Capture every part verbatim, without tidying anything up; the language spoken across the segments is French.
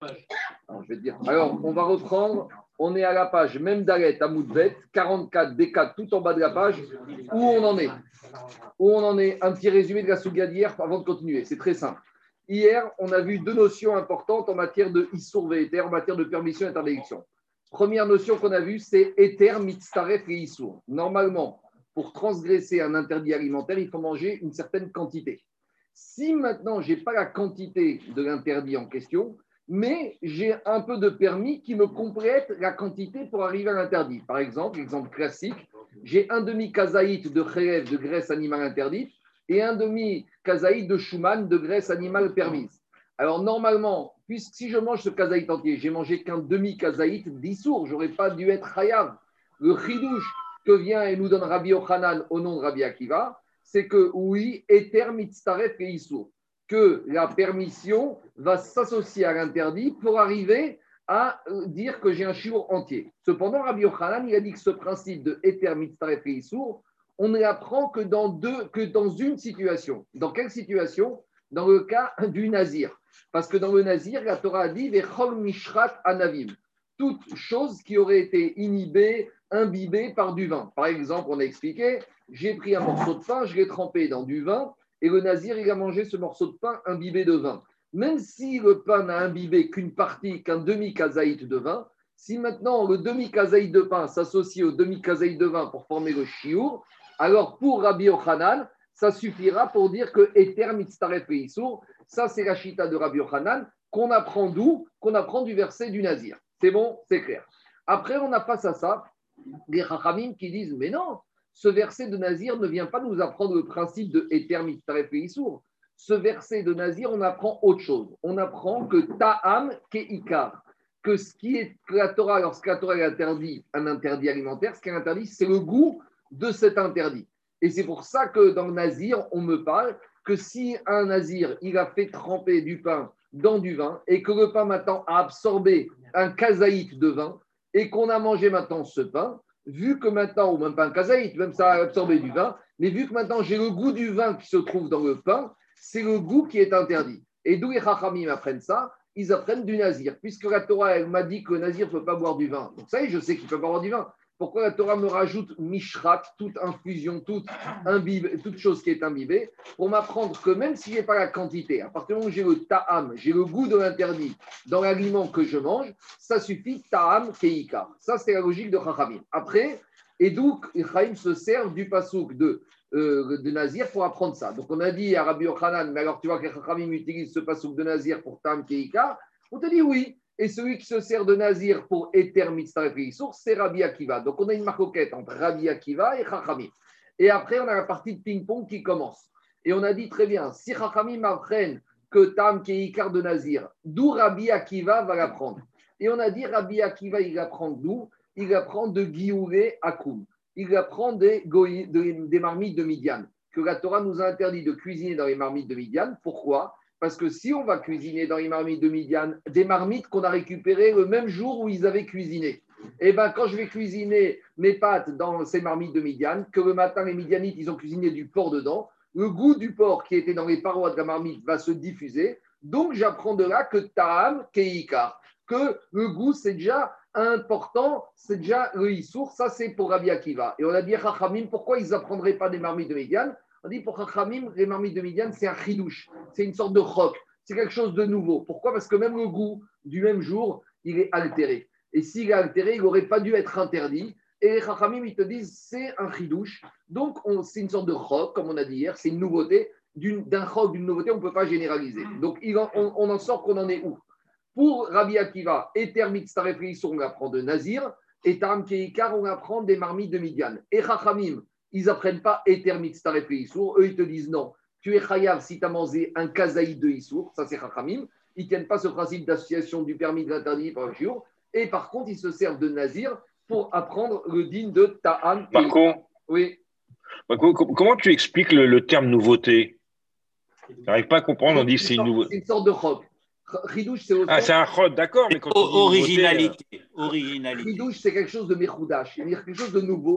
Alors, je vais te dire. Alors, on va reprendre. On est à la page même Dalet à Moudvet, quarante-quatre D quatre, tout en bas de la page. Où on en est Où on en est Un petit résumé de la Souga d'hier avant de continuer. C'est très simple. Hier, on a vu deux notions importantes en matière de Issour Ve'eter, en matière de permission et d'interdiction. Première notion qu'on a vue, c'est Eter, Mitztaref et Issour. Normalement, pour transgresser un interdit alimentaire, il faut manger une certaine quantité. Si maintenant, je n'ai pas la quantité de l'interdit en question, mais j'ai un peu de permis qui me complète la quantité pour arriver à l'interdit. Par exemple, exemple classique, j'ai un demi-kazaït de khélèv, de graisse animale interdite, et un demi-kazaït de chouman, de graisse animale permise. Alors normalement, puisque si je mange ce kazaït entier, j'ai mangé qu'un demi-kazaït d'Issour, je n'aurais pas dû être chayav. Le chidouche que vient et nous donne Rabbi Yochanan au nom de Rabbi Akiva, c'est que oui, Eter mitztaref et Issour, que la permission va s'associer à l'interdit pour arriver à dire que j'ai un shiur entier. Cependant, Rabbi Yochanan, il a dit que ce principe de Eter mitztaref et Issour, on ne l'apprend que dans, deux, que dans une situation. Dans quelle situation ? Dans le cas du nazir. Parce que dans le nazir, la Torah a dit « Vechol mishrat anavim » toute chose qui aurait été inhibée, imbibée par du vin. Par exemple, on a expliqué, j'ai pris un morceau de pain, je l'ai trempé dans du vin, et le nazir, il a mangé ce morceau de pain imbibé de vin. Même si le pain n'a imbibé qu'une partie, qu'un demi-kazaït de vin, si maintenant le demi-kazaït de pain s'associe au demi-kazaït de vin pour former le chiour, alors pour Rabbi Yochanan, ça suffira pour dire que Eter mitztaref et Issour, ça c'est la chita de Rabbi Yochanan, qu'on apprend d'où ? Qu'on apprend du verset du nazir. C'est bon, c'est clair. Après, on a face à ça des Chachamim qui disent, mais non, ce verset de Nazir ne vient pas nous apprendre le principe de Eter mitztaref et Issour. Ce verset de Nazir, on apprend autre chose. On apprend que Ta'am ke'ikar, que ce qui est que la Torah, lorsque la Torah interdit un interdit alimentaire, ce qui est interdit, c'est le goût de cet interdit. Et c'est pour ça que dans le Nazir, on me parle que si un Nazir, il a fait tremper du pain dans du vin et que le pain maintenant a absorbé un kazaït de vin et qu'on a mangé maintenant ce pain, vu que maintenant, ou même pas un kazaït, même ça a absorbé du vin, mais vu que maintenant j'ai le goût du vin qui se trouve dans le pain, c'est le goût qui est interdit. Et d'où les Chachamim apprennent ça ? Ils apprennent du Nazir, puisque la Torah, elle m'a dit que le Nazir ne peut pas boire du vin. Donc ça y est, je sais qu'il ne peut pas boire du vin. Pourquoi la Torah me rajoute mishrat, toute infusion, toute, imbibe, toute chose qui est imbibée, pour m'apprendre que même si je n'ai pas la quantité, à partir du moment où j'ai le ta'am, j'ai le goût de l'interdit dans l'aliment que je mange, ça suffit, ta'am keika. Ça, c'est la logique de Chachamim. Après, et donc, Chaim se sert du pasouk de, euh, de Nazir pour apprendre ça. Donc, on a dit à Rabbi Yochanan, mais alors tu vois que Chachamim utilise ce pasouk de Nazir pour ta'am keika. On te dit oui. Et celui qui se sert de Nazir pour Eter mitztaref et Issour, c'est Rabbi Akiva. Donc, on a une marcoquette entre Rabbi Akiva et Chachamim. Et après, on a la partie de ping-pong qui commence. Et on a dit très bien, si Chachamim apprennent que Tam Keikar de Nazir, d'où Rabbi Akiva va l'apprendre. Et on a dit, Rabbi Akiva, il apprend d'où ? Il apprend de Giouré Akoum. Il apprend des, goy, de, des marmites de Midian. Que la Torah nous a interdit de cuisiner dans les marmites de Midian. Pourquoi ? Parce que si on va cuisiner dans les marmites de Midian, des marmites qu'on a récupérées le même jour où ils avaient cuisiné, et bien quand je vais cuisiner mes pâtes dans ces marmites de Midian, que le matin les Midianites, ils ont cuisiné du porc dedans, le goût du porc qui était dans les parois de la marmite va se diffuser. Donc j'apprends de là que Ta'am Keikar, que le goût c'est déjà important, c'est déjà le Issour, ça c'est pour Rabbi Akiva. Et on a dit Chachamim, pourquoi ils n'apprendraient pas des marmites de Midian ? On dit pour Chachamim, les marmites de Midian, c'est un chidouche, c'est une sorte de choc, c'est quelque chose de nouveau. Pourquoi ? Parce que même le goût du même jour, il est altéré. Et s'il est altéré, il n'aurait pas dû être interdit. Et les Chachamim, ils te disent, c'est un chidouche. Donc, on, c'est une sorte de choc, comme on a dit hier, c'est une nouveauté. D'une, d'un choc, d'une nouveauté, on ne peut pas généraliser. Donc, il en, on, on en sort qu'on en est où ? Pour Rabbi Akiva, Eter mitztaref et Issour, on apprend de Nazir. Et Ta'am Keikar, on apprend des marmites de Midian. Et Chachamim, ils n'apprennent pas Eter mitztaref et Issour. Eux, ils te disent non. Tu es chayav si tu as mangé un kazaïd de Issour. Ça, c'est Chachamim. Ils ne tiennent pas ce principe d'association du permis de l'interdit par le jour. Et par contre, ils se servent de Nazir pour apprendre le din de Ta'am. Marco, oui. Marco, comment tu expliques le, le terme nouveauté ? Je n'arrive pas à comprendre. On dit que c'est une nouveauté. C'est une sorte de chok. Ridouche, c'est autre Ah, c'est un chod, d'accord, mais quand tu dis originalité. nouveauté, originalité. Ridouche, c'est quelque chose de mechoudash, c'est-à-dire quelque chose de nouveau.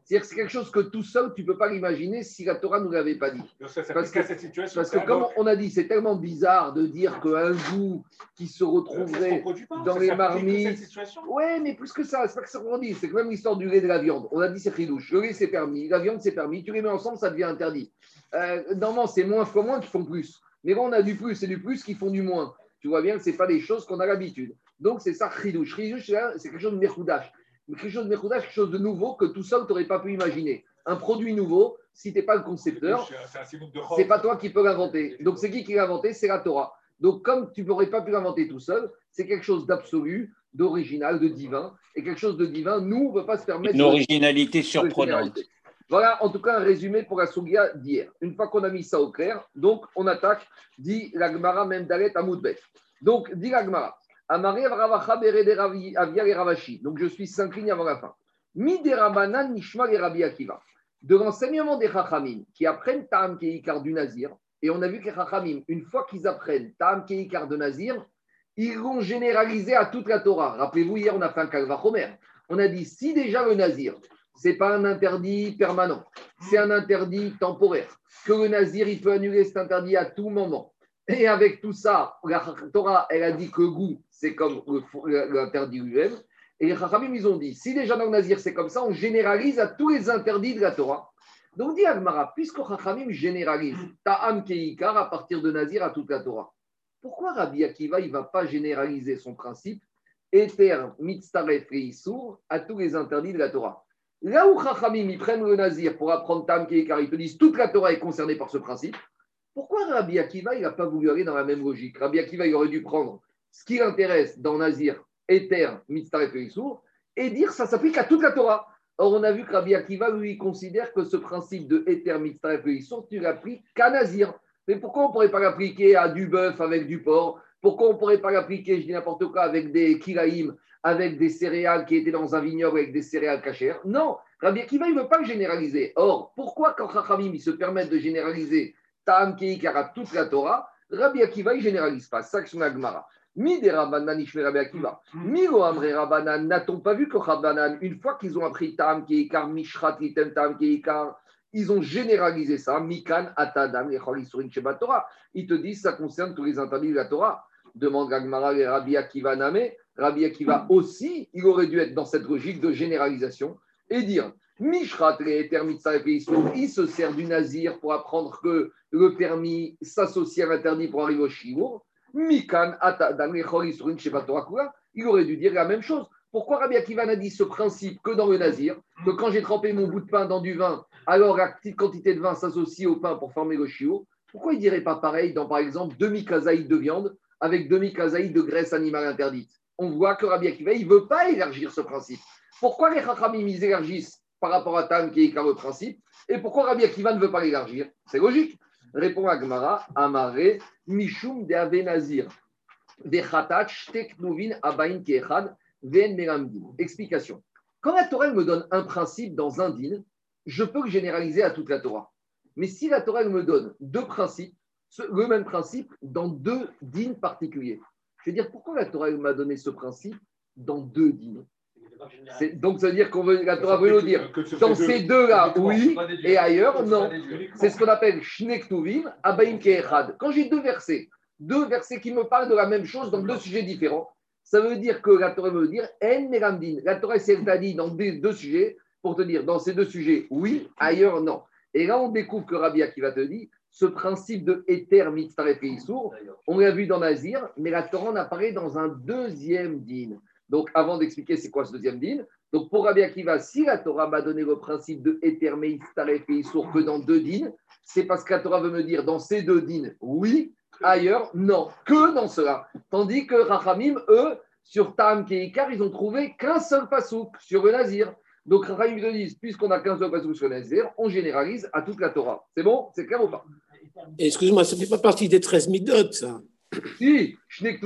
C'est-à-dire que c'est quelque chose que tout seul, tu ne peux pas l'imaginer si la Torah ne nous l'avait pas dit. Ça, ça parce que, cette situation, parce que comme on a dit, c'est tellement bizarre de dire qu'un goût qui se retrouverait dans les marmites. Oui, mais plus que ça, c'est pas que ça qu'on dit. C'est quand même l'histoire du lait et de la viande. On a dit c'est chidouche. Le lait, c'est permis. La viande, c'est permis. Tu les mets ensemble, ça devient interdit. Euh, normalement, c'est moins fois moins qui font plus. Mais quand on a du plus, c'est du plus qui font du moins. Tu vois bien que ce n'est pas des choses qu'on a l'habitude. Donc, c'est ça, chidouche. Chidouche, c'est quelque chose de mechoudash. Quelque chose de mechoudash, quelque chose de nouveau que tout seul, tu n'aurais pas pu imaginer. Un produit nouveau, si tu n'es pas le concepteur, ce n'est pas toi qui peux l'inventer. Donc, c'est qui qui l'a inventé? C'est la Torah. Donc, comme tu n'aurais pas pu l'inventer tout seul, c'est quelque chose d'absolu, d'original, de divin. Et quelque chose de divin, nous, on ne peut pas se permettre. Une originalité surprenante. Voilà, en tout cas, un résumé pour la Sougia d'hier. Une fois qu'on a mis ça au clair, donc on attaque, dit la Gemara même Dalet à Moudbet. Donc, dit la Gemara, Amaré Ravacha Berede Avia et Ravashi. Donc, je suis cinq lignes avant la fin. Mi de Rabanan Nishma et Rabbi Akiva. De l'enseignement des Chachamim qui apprennent Ta'am Keikar du Nazir. Et on a vu que les Chachamim, une fois qu'ils apprennent Ta'am Keikar de Nazir, ils vont généraliser à toute la Torah. Rappelez-vous, hier, on a fait un Kalva Chomer. On a dit, si déjà le Nazir, ce n'est pas un interdit permanent, c'est un interdit temporaire, que le Nazir, il peut annuler cet interdit à tout moment. Et avec tout ça, la Torah, elle a dit que le goût, c'est comme l'interdit lui-même. Et les Chachamim, ils ont dit, si déjà dans le Nazir, c'est comme ça, on généralise à tous les interdits de la Torah. Donc, dit Agmara, puisque Chachamim généralise Ta'am Keikar à partir de Nazir à toute la Torah, pourquoi Rabbi Akiva, il ne va pas généraliser son principe Eter, Mitztaref et Issour à tous les interdits de la Torah? Là où Chachamim, ils prennent le Nazir pour apprendre Ta'am Keikar, ils te disent toute la Torah est concernée par ce principe. Pourquoi Rabbi Akiva, il n'a pas voulu aller dans la même logique? Rabbi Akiva, il aurait dû prendre ce qui l'intéresse dans Nazir, Eter, Mitztaref et Issour, et dire ça s'applique à toute la Torah. Or, on a vu que Rabbi Akiva, lui, considère que ce principe de Eter, Mitztaref et Issour, tu l'appliques qu'à Nazir. Mais pourquoi on ne pourrait pas l'appliquer à du bœuf avec du porc? Pourquoi on ne pourrait pas l'appliquer, je dis n'importe quoi, avec des kilaïm, avec des céréales qui étaient dans un vignoble avec des céréales cachères? Non, Rabbi Akiva, il ne veut pas le généraliser. Or, pourquoi quand Chachamim, ils se permettent de généraliser Ta'am Keikar à toute la Torah, Rabbi Akiva, il ne généralise pas. Ça, c'est la Gemara. Mi des Rabbanan Ishme Rabbi Akiva. Mi lo Amre Rabbanan. N'a-t-on pas vu que Rabbanan, une fois qu'ils ont appris Ta'am Keikar, Mishrat Litem Ta'am Keikar, ils ont généralisé ça. Mikan Atadam, les Cholisurin Sheba Torah. Ils te disent ça concerne tous les interdits de la Torah. Demande Gagmara et Rabbi Akiva Name. Rabbi Akiva aussi, il aurait dû être dans cette logique de généralisation et dire Mishrat Le'eter Mitzaref Issour, il se sert du Nazir pour apprendre que le permis s'associe à l'interdit pour arriver au Shiur. Mikan Atadam, les Cholisurin Sheba Torah. Il aurait dû dire la même chose. Pourquoi Rabbi Akiva n'a dit ce principe que dans le Nazir, que quand j'ai trempé mon bout de pain dans du vin, alors la petite quantité de vin s'associe au pain pour former le shiur? Pourquoi il ne dirait pas pareil dans, par exemple, demi-kazaïd de viande avec demi-kazaïd de graisse animale interdite? On voit que Rabbi Akiva, il ne veut pas élargir ce principe. Pourquoi les Chachamim, ils élargissent par rapport à Tam qui est le principe? Et pourquoi Rabbi Akiva ne veut pas l'élargir? C'est logique. Répond Agmara, Amare, Mishum de Ave Nazir, de Chatat, Shtek Novin, Abain Kechad, Ven Melamdim. Explication. Quand la Torah me donne un principe dans un din, je peux le généraliser à toute la Torah. Mais si la Torah me donne deux principes, le même principe dans deux dînes particuliers, je veux dire, pourquoi la Torah m'a donné ce principe dans deux dînes? Donc, ça veut dire qu'on veut, la Torah veut nous dire, dans ces deux-là, oui, et ailleurs, non. C'est ce qu'on appelle Shnektuvim, Abaim Keechad. Quand j'ai deux versets, deux versets qui me parlent de la même chose dans deux sujets différents, ça veut dire que la Torah veut dire En Meramdin. La Torah, c'est elle t'a dit dans deux sujets, pour te dire, dans ces deux sujets, oui, ailleurs, non. Et là, on découvre que Rabbi Akiva te dit, ce principe de Eter, Mitzaref et Issour, on l'a vu dans Nazir, mais la Torah en apparaît dans un deuxième din. Donc, avant d'expliquer c'est quoi ce deuxième din, donc pour Rabbi Akiva, si la Torah m'a donné le principe de Eter, Mitzaref et Issour que dans deux din, c'est parce que la Torah veut me dire, dans ces deux din, oui, ailleurs, non, que dans cela. Tandis que Rachamim, eux, sur Ta'am Keikar, ils ont trouvé qu'un seul pasouk sur le Nazir. Donc, Rachamim te disent, puisqu'on n'a qu'un seul pasouk sur le Nazir, on généralise à toute la Torah. C'est bon? C'est clair ou pas? Excuse-moi, ça ne fait pas partie des treize midot, ça. Si, c'est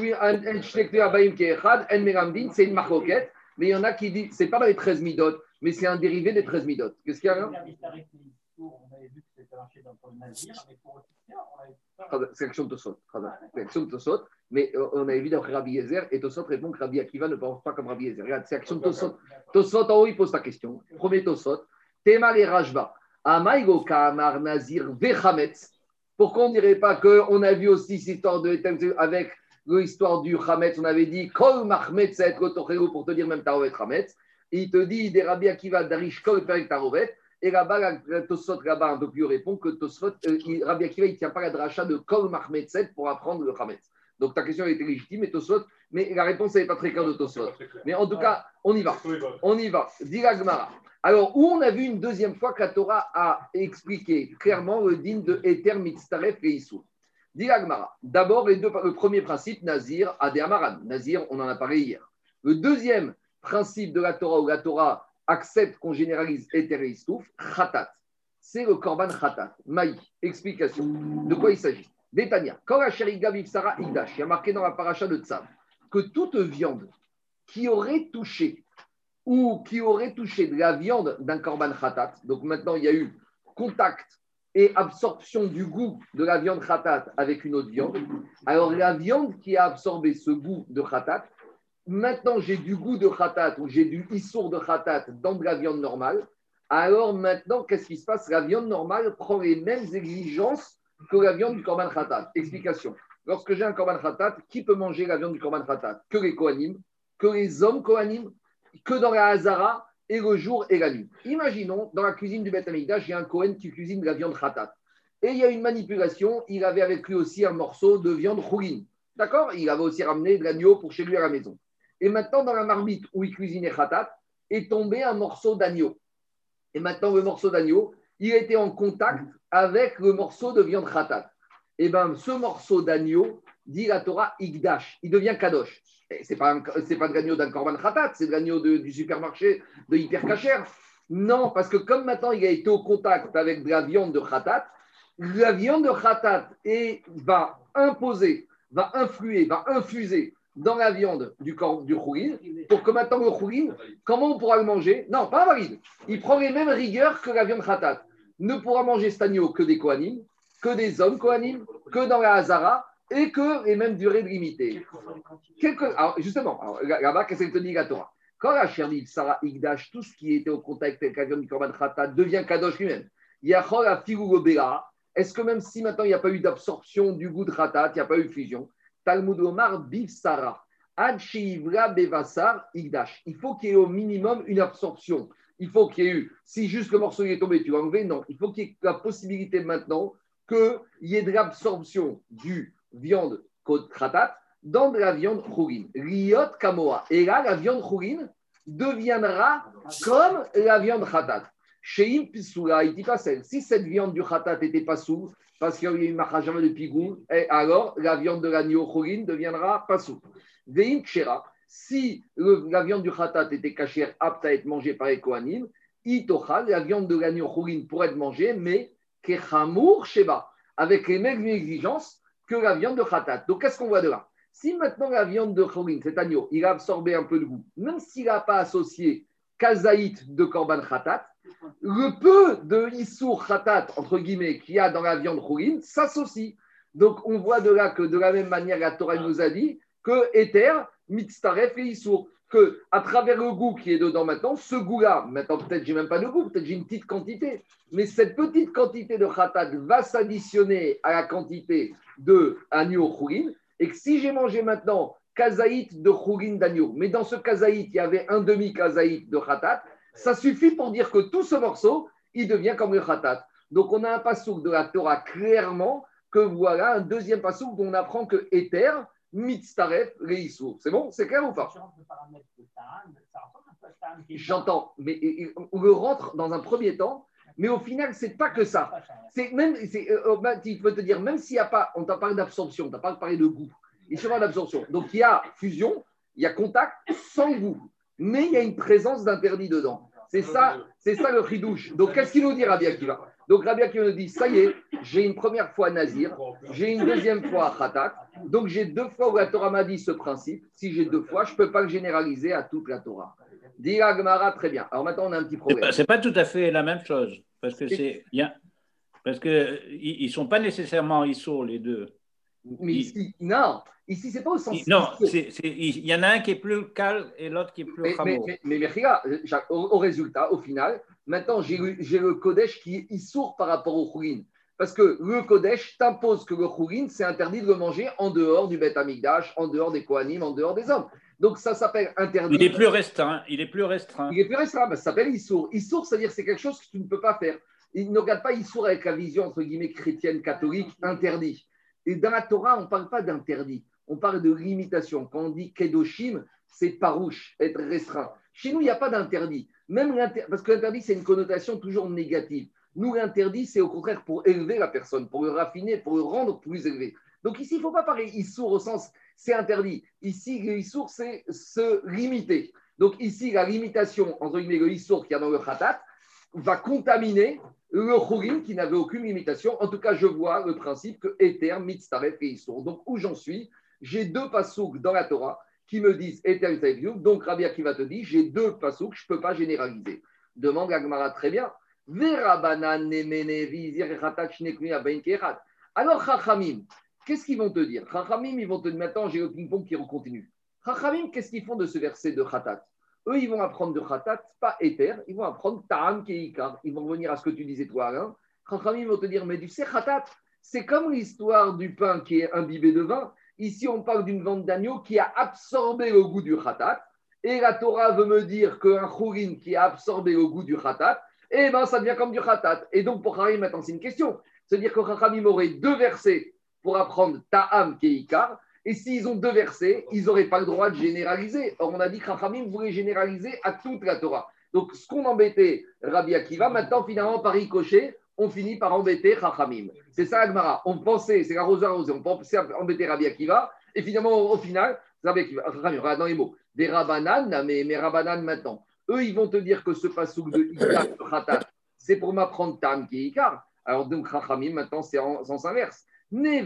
une marcoquette, mais il y en a qui disent, c'est pas dans les treize midot, mais c'est un dérivé des treize midot. Qu'est-ce qu'il y a là? C'est l'action de Tosot. C'est l'action de Tosot. Mais on avait vu d'après Rabbi Yezer, et Tosot répond que Rabbi Akiva ne pense pas comme Rabbi Yezer. Regarde, c'est l'action de Tosot. Tosot, en haut, il pose ta question. Premier Tosot, Temar et Rajba. Amaïgo Kamar Nazir Vechametz. Pourquoi on ne dirait pas qu'on a vu aussi cette histoire de, avec l'histoire du Chametz, on avait dit Kol Mahmetz et Kotochero pour te dire même Tarovet Chametz. Et il te dit des Rabbi Akiva Darish Kol Perek Tarovet. Et là-bas, Tosfot là-bas un peu plus répond que Tosfot, euh, Rabbi Akiva, il ne tient pas la dracha de Kol Mahmetz pour apprendre le Chametz. Donc ta question était légitime, mais Tosfot, mais la réponse n'est pas très claire de Tosfot. Mais en tout cas, on y va. On y va. Dit la Gemara. Alors, où on a vu une deuxième fois que la Torah a expliqué clairement le din de Eter Mitztaref et Issou. Dit la Gemara. D'abord, les deux, le premier principe, Nazir, Adé Amaran. Nazir, on en a parlé hier. Le deuxième principe de la Torah, où la Torah accepte qu'on généralise Eter et Issouf, Khatat. C'est le Korban Khatat. Maï. Explication. De quoi il s'agit? Détania. Quand la Sheriga Vivsara Igdash, il y a marqué dans la paracha de Tzav que toute viande qui aurait touché ou qui aurait touché de la viande d'un korban khatat, donc maintenant il y a eu contact et absorption du goût de la viande khatat avec une autre viande, alors la viande qui a absorbé ce goût de khatat, maintenant j'ai du goût de khatat ou j'ai du issour de khatat dans de la viande normale, alors maintenant qu'est-ce qui se passe? La viande normale prend les mêmes exigences que la viande du korban khatat. Explication. Lorsque j'ai un korban khatat, qui peut manger la viande du korban khatat? Que les kohanim, que les hommes kohanim, que dans la Hazara et le jour et la nuit. Imaginons, dans la cuisine du Beth Amikdash, il y a un Kohen qui cuisine de la viande khatat. Et il y a une manipulation, il avait avec lui aussi un morceau de viande choulin. D'accord? Il avait aussi ramené de l'agneau pour chez lui à la maison. Et maintenant, dans la marmite où il cuisinait khatat, est tombé un morceau d'agneau. Et maintenant, le morceau d'agneau, il était en contact avec le morceau de viande khatat. Et bien, ce morceau d'agneau, dit la Torah, Igdash, il devient kadosh. Ce n'est pas, pas de l'agneau d'un korban khatat, c'est de l'agneau de, du supermarché de hyper kacher. Non, parce que comme maintenant il a été au contact avec de la viande de khatat, la viande de khatat et va imposer, va influer, va infuser dans la viande du, du choulin, pour que maintenant le choulin, comment on pourra le manger? Non, pas valide. Il prend les mêmes rigueurs que la viande khatat. Ne pourra manger cet agneau que des kohanim, que des hommes kohanim, que dans la Hazara, et que les mêmes durées limitées. Quelque... Alors, justement, alors, là-bas, qu'est-ce que te dit la Torah? Quand la Sherdiv, Sarah, Igdash, tout ce qui était au contact avec la viande du Korban Khatat devient Kadosh lui-même. Yachol, Afilou, Lobéra. Est-ce que même si maintenant il n'y a pas eu d'absorption du goût de Khatat, il n'y a pas eu de fusion, Talmud Omar, Biv, Sarah, Ad Sheivra, Bevassar, Igdash. Il faut qu'il y ait au minimum une absorption. Il faut qu'il y ait eu, si juste le morceau est tombé, tu vas enlever, non. Il faut qu'il y ait la possibilité maintenant qu'il y ait de l'absorption du viande khatat dans de la viande choulin. Riot kamoa. Et là, la viande choulin deviendra comme la viande khatat. Sheim pisula itipasel. Si cette viande du khatat n'était pas soule, parce qu'il y a eu machajama de pigou, alors la viande de l'agneau choulin deviendra pas soule. Veim kshera. Si le, la viande du khatat était cachère, apte à être mangée par les kohanim, itochal, la viande de l'agneau choulin pourrait être mangée, mais kechamour sheba, avec les mêmes exigences que la viande de khatat. Donc, qu'est-ce qu'on voit de là? Si maintenant la viande de choulin, cet agneau, il a absorbé un peu de goût, même s'il n'a pas associé kazaït de korban khatat, le peu de issour khatat, entre guillemets, qu'il y a dans la viande choulin, s'associe. Donc, on voit de là que de la même manière, la Torah nous a dit que Eter, Mitztaref et Issour, que à travers le goût qui est dedans maintenant, ce goût-là, maintenant peut-être j'ai même pas de goût, peut-être j'ai une petite quantité, mais cette petite quantité de khatat va s'additionner à la quantité de agneau choulin, et que si j'ai mangé maintenant kazaït de choulin d'agneau, mais dans ce kazaït, il y avait un demi kazaït de khatat, ça suffit pour dire que tout ce morceau, il devient comme le khatat. Donc on a un passouk de la Torah clairement que voilà un deuxième passouk où on apprend que Eter, Mitztaref, Reissou. C'est bon? C'est clair ou pas? J'entends, mais on le rentre dans un premier temps, mais au final, ce n'est pas que ça. C'est même, c'est, euh, tu peux te dire, même s'il n'y a pas, on t'a parlé d'absorption, on t'a pas parlé de goût, il y a d'absorption. Donc il y a fusion, il y a contact sans goût, mais il y a une présence d'interdit dedans. C'est ça, c'est ça le chidouche. Donc qu'est-ce qu'il nous dit, Rabbi Akiva? Donc Rabbi Akiva nous dit, ça y est, j'ai une première fois Nazir, j'ai une deuxième fois Khatat, donc j'ai deux fois où la Torah m'a dit ce principe. Si j'ai deux fois, je ne peux pas le généraliser à toute la Torah. Dit la Gemara, très bien. Alors maintenant, on a un petit problème. Ce n'est pas, pas tout à fait la même chose, parce que c'est bien, parce que ils ne sont pas nécessairement issos les deux. Mais ici, non, ici, ce n'est pas au sens. Non, c'est, c'est, il y en a un qui est plus calme et l'autre qui est plus mais, rameau. Mais, mais, mais, mais regarde, au, au résultat, au final, Maintenant, j'ai le, j'ai le Kodesh qui est issour par rapport au Khourin. Parce que le Kodesh t'impose que le Khourin, c'est interdit de le manger en dehors du Beth Amikdash, en dehors des Kohanim, en dehors des hommes. Donc ça s'appelle interdit. Il est plus restreint. Il est plus restreint. Il est plus restreint. Ben, ça s'appelle issour. Issour, c'est-à-dire que c'est quelque chose que tu ne peux pas faire. Il ne regarde pas issour avec la vision, entre guillemets, chrétienne, catholique, interdit. Et dans la Torah, on ne parle pas d'interdit. On parle de limitation. Quand on dit kedoshim, c'est parouche, être restreint. Chez nous, il n'y a pas d'interdit. Même parce que l'interdit, c'est une connotation toujours négative. Nous, l'interdit, c'est au contraire pour élever la personne, pour le raffiner, pour le rendre plus élevé. Donc ici, il ne faut pas parler issour au sens, c'est interdit. Ici, le issour, c'est se limiter. Donc ici, la limitation, entre guillemets, le issour qu'il y a dans le khatat, va contaminer le chorim qui n'avait aucune limitation. En tout cas, je vois le principe que Eter, Mitztaref et Issour. Donc, où j'en suis, j'ai deux pasouks dans la Torah qui me disent Eter, Mitztaref et Issour. Donc, Rabbi Akiva te dit, j'ai deux pasouks, je ne peux pas généraliser. Demande la Gemara très bien. Alors, Chachamim, qu'est-ce qu'ils vont te dire? Chachamim, ils vont te dire, maintenant, j'ai le ping-pong qui continue. Chachamim, qu'est-ce qu'ils font de ce verset de Khatat? Eux, ils vont apprendre de Khatat, pas Éther, ils vont apprendre Ta'am Keikar. Ils vont revenir à ce que tu disais toi, Alain. Chachamim vont te dire, mais tu sais, Khatat, c'est comme l'histoire du pain qui est imbibé de vin. Ici, on parle d'une vente d'agneau qui a absorbé le goût du Khatat. Et la Torah veut me dire qu'un Khourin qui a absorbé le goût du Khatat, eh bien, ça devient comme du Khatat. Et donc, pour Chachamim, maintenant, c'est une question. C'est-à-dire que Chachamim aurait deux versets pour apprendre Ta'am Keikar. Et s'ils ont deux versets, ils n'auraient pas le droit de généraliser. Or, on a dit que Chachamim voulait généraliser à toute la Torah. Donc, ce qu'on embêtait Rabbi Akiva, maintenant, finalement, par ricochet, on finit par embêter Chachamim. C'est ça, Agmara. On pensait, c'est l'arroseur arrosé, on pensait embêter Rabbi Akiva. Et finalement, au, au final, Rabbi Akiva, Chachamim, regarde dans les mots. Des Rabbanan, mais, mais Rabbanan maintenant. Eux, ils vont te dire que ce pasouk de Ikar, Khatat, c'est pour m'apprendre Tam qui est Ikar. Alors, donc, Chachamim, maintenant, c'est en sens inverse. On n'a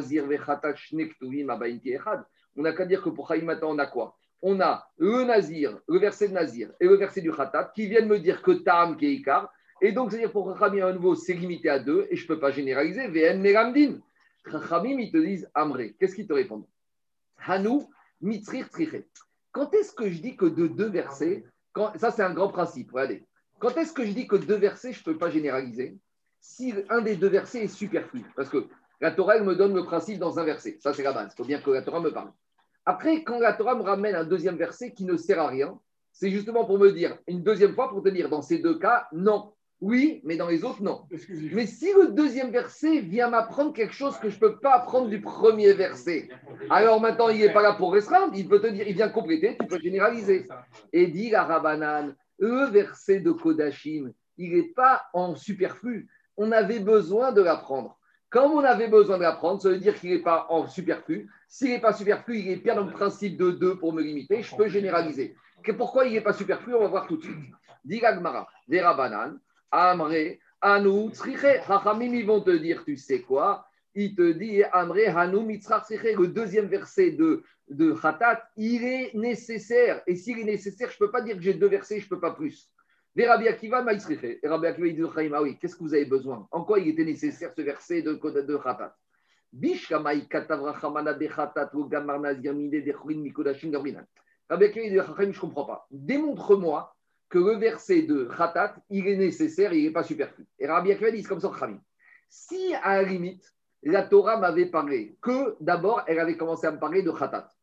qu'à dire que pour Chaim maintenant, on a quoi? On a le Nazir, le verset de Nazir et le verset du Khatat qui viennent me dire que Tam qui est Ikar. Et donc, c'est-à-dire pour Chachamim, à nouveau, c'est limité à deux et je ne peux pas généraliser. V N Meramdin. Chachamim, ils te disent Amré. Qu'est-ce qu'ils te répondent? Hanou, Mitzrir, Triché. Quand est-ce que je dis que de deux versets, quand, ça c'est un grand principe, regardez. Quand est-ce que je dis que deux versets, je ne peux pas généraliser? Si un des deux versets est superflu. Parce que la Torah, elle me donne le principe dans un verset. Ça, c'est la base. Il faut bien que la Torah me parle. Après, quand la Torah me ramène un deuxième verset qui ne sert à rien, c'est justement pour me dire, une deuxième fois, pour te dire, dans ces deux cas, non. Oui, mais dans les autres, non. Mais si le deuxième verset vient m'apprendre quelque chose que je ne peux pas apprendre du premier verset, alors maintenant, il n'est pas là pour restreindre, il peut te dire, il vient compléter, tu peux généraliser. Et dit la Rabbanan, le verset de Kodashim, il n'est pas en superflu. On avait besoin de l'apprendre. Comme on avait besoin de l'apprendre, ça veut dire qu'il n'est pas en superflu. S'il n'est pas superflu, il est bien dans le principe de deux pour me limiter. Je peux généraliser. Pourquoi il n'est pas superflu? On va voir tout de suite. Dit l'Agmara, des Rabbanan, Amré, Hanou, Tzriché. Chachamim, ils vont te dire, tu sais quoi? Il te dit, Amré, Hanou, Mitzrach, Tzriché. Le deuxième verset de, de Khatat, il est nécessaire. Et s'il est nécessaire, je ne peux pas dire que j'ai deux versets, je ne peux pas plus. Des Rabbi Akiva, Maïsriché. Et Rabbi Akiva, il dit, ah oui, qu'est-ce que vous avez besoin? En quoi il était nécessaire ce verset de, de, de Khatat? Bishkamai katavra chamana de Khatat, ou gamar nazir mide de chourin mikodashim gabrinan. Rabbi Akiva, il dit, je ne comprends pas. Démontre-moi que le verset de Khatat, il est nécessaire, il n'est pas superflu. Et Rabbi Akiva dit, c'est comme ça, Khamim. Si, à la limite, la Torah m'avait parlé que, d'abord, elle avait commencé à me parler de Khatat.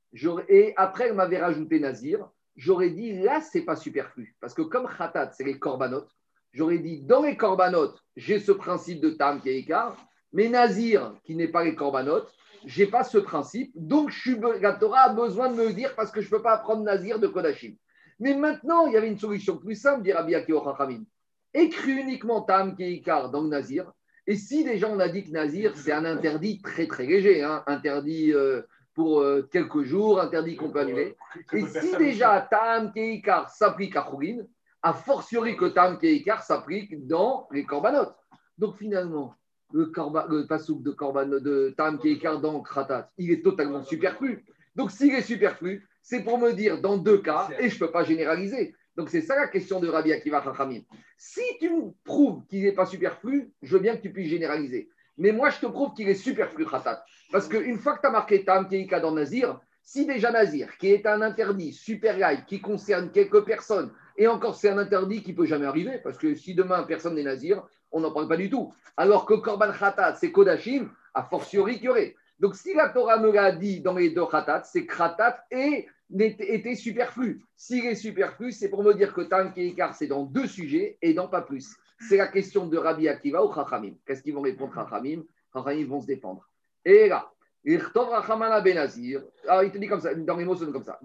Et après, elle m'avait rajouté Nazir. J'aurais dit, là, ce n'est pas superflu. Parce que comme Khatat, c'est les korbanot, j'aurais dit, dans les korbanot, j'ai ce principe de Tam Keikar, mais Nazir, qui n'est pas les korbanot, je n'ai pas ce principe. Donc, je suis, la Torah a besoin de me dire, parce que je ne peux pas apprendre Nazir de Kodashim. Mais maintenant, il y avait une solution plus simple, dit Rabbi Akiva Chachamim. Écris uniquement Tam Keikar dans le Nazir. Et si déjà on a dit que Nazir, c'est un interdit très très léger, hein, interdit euh, pour euh, quelques jours, interdit qu'on peut annuler. Et si déjà Tam Keikar s'applique à Khourin, a fortiori que Tam Keikar s'applique dans les korbanot. Donc finalement, le, korba, le pasouk de, korbanot, de Tam Keikar dans Khatat, il est totalement superflu. Donc s'il est superflu, c'est pour me dire dans deux cas, et je ne peux pas généraliser. Donc c'est ça la question de Rabbi Akiva Chachamim. Si tu me prouves qu'il n'est pas superflu, je veux bien que tu puisses généraliser. Mais moi, je te prouve qu'il est superflu Khatat. Parce qu'une fois que tu as marqué Tam Keika dans Nazir, si déjà Nazir, qui est un interdit super light, qui concerne quelques personnes, Et encore, c'est un interdit qui ne peut jamais arriver, parce que si demain personne n'est nazir, on n'en parle pas du tout. Alors que Korban Khatat, c'est Kodashim, a fortiori qu'il y aurait. Donc si la Torah me l'a dit dans les deux Khatat, c'est Khatat et était superflu. S'il est superflu, c'est pour me dire que Tam Keikar, c'est dans deux sujets et dans pas plus. C'est la question de Rabbi Akiva ou Chachamim. Qu'est-ce qu'ils vont répondre Chachamim? Chachamim vont se défendre. Et là, Benazir. Alors, il te dit comme ça, dans les mots, c'est comme ça.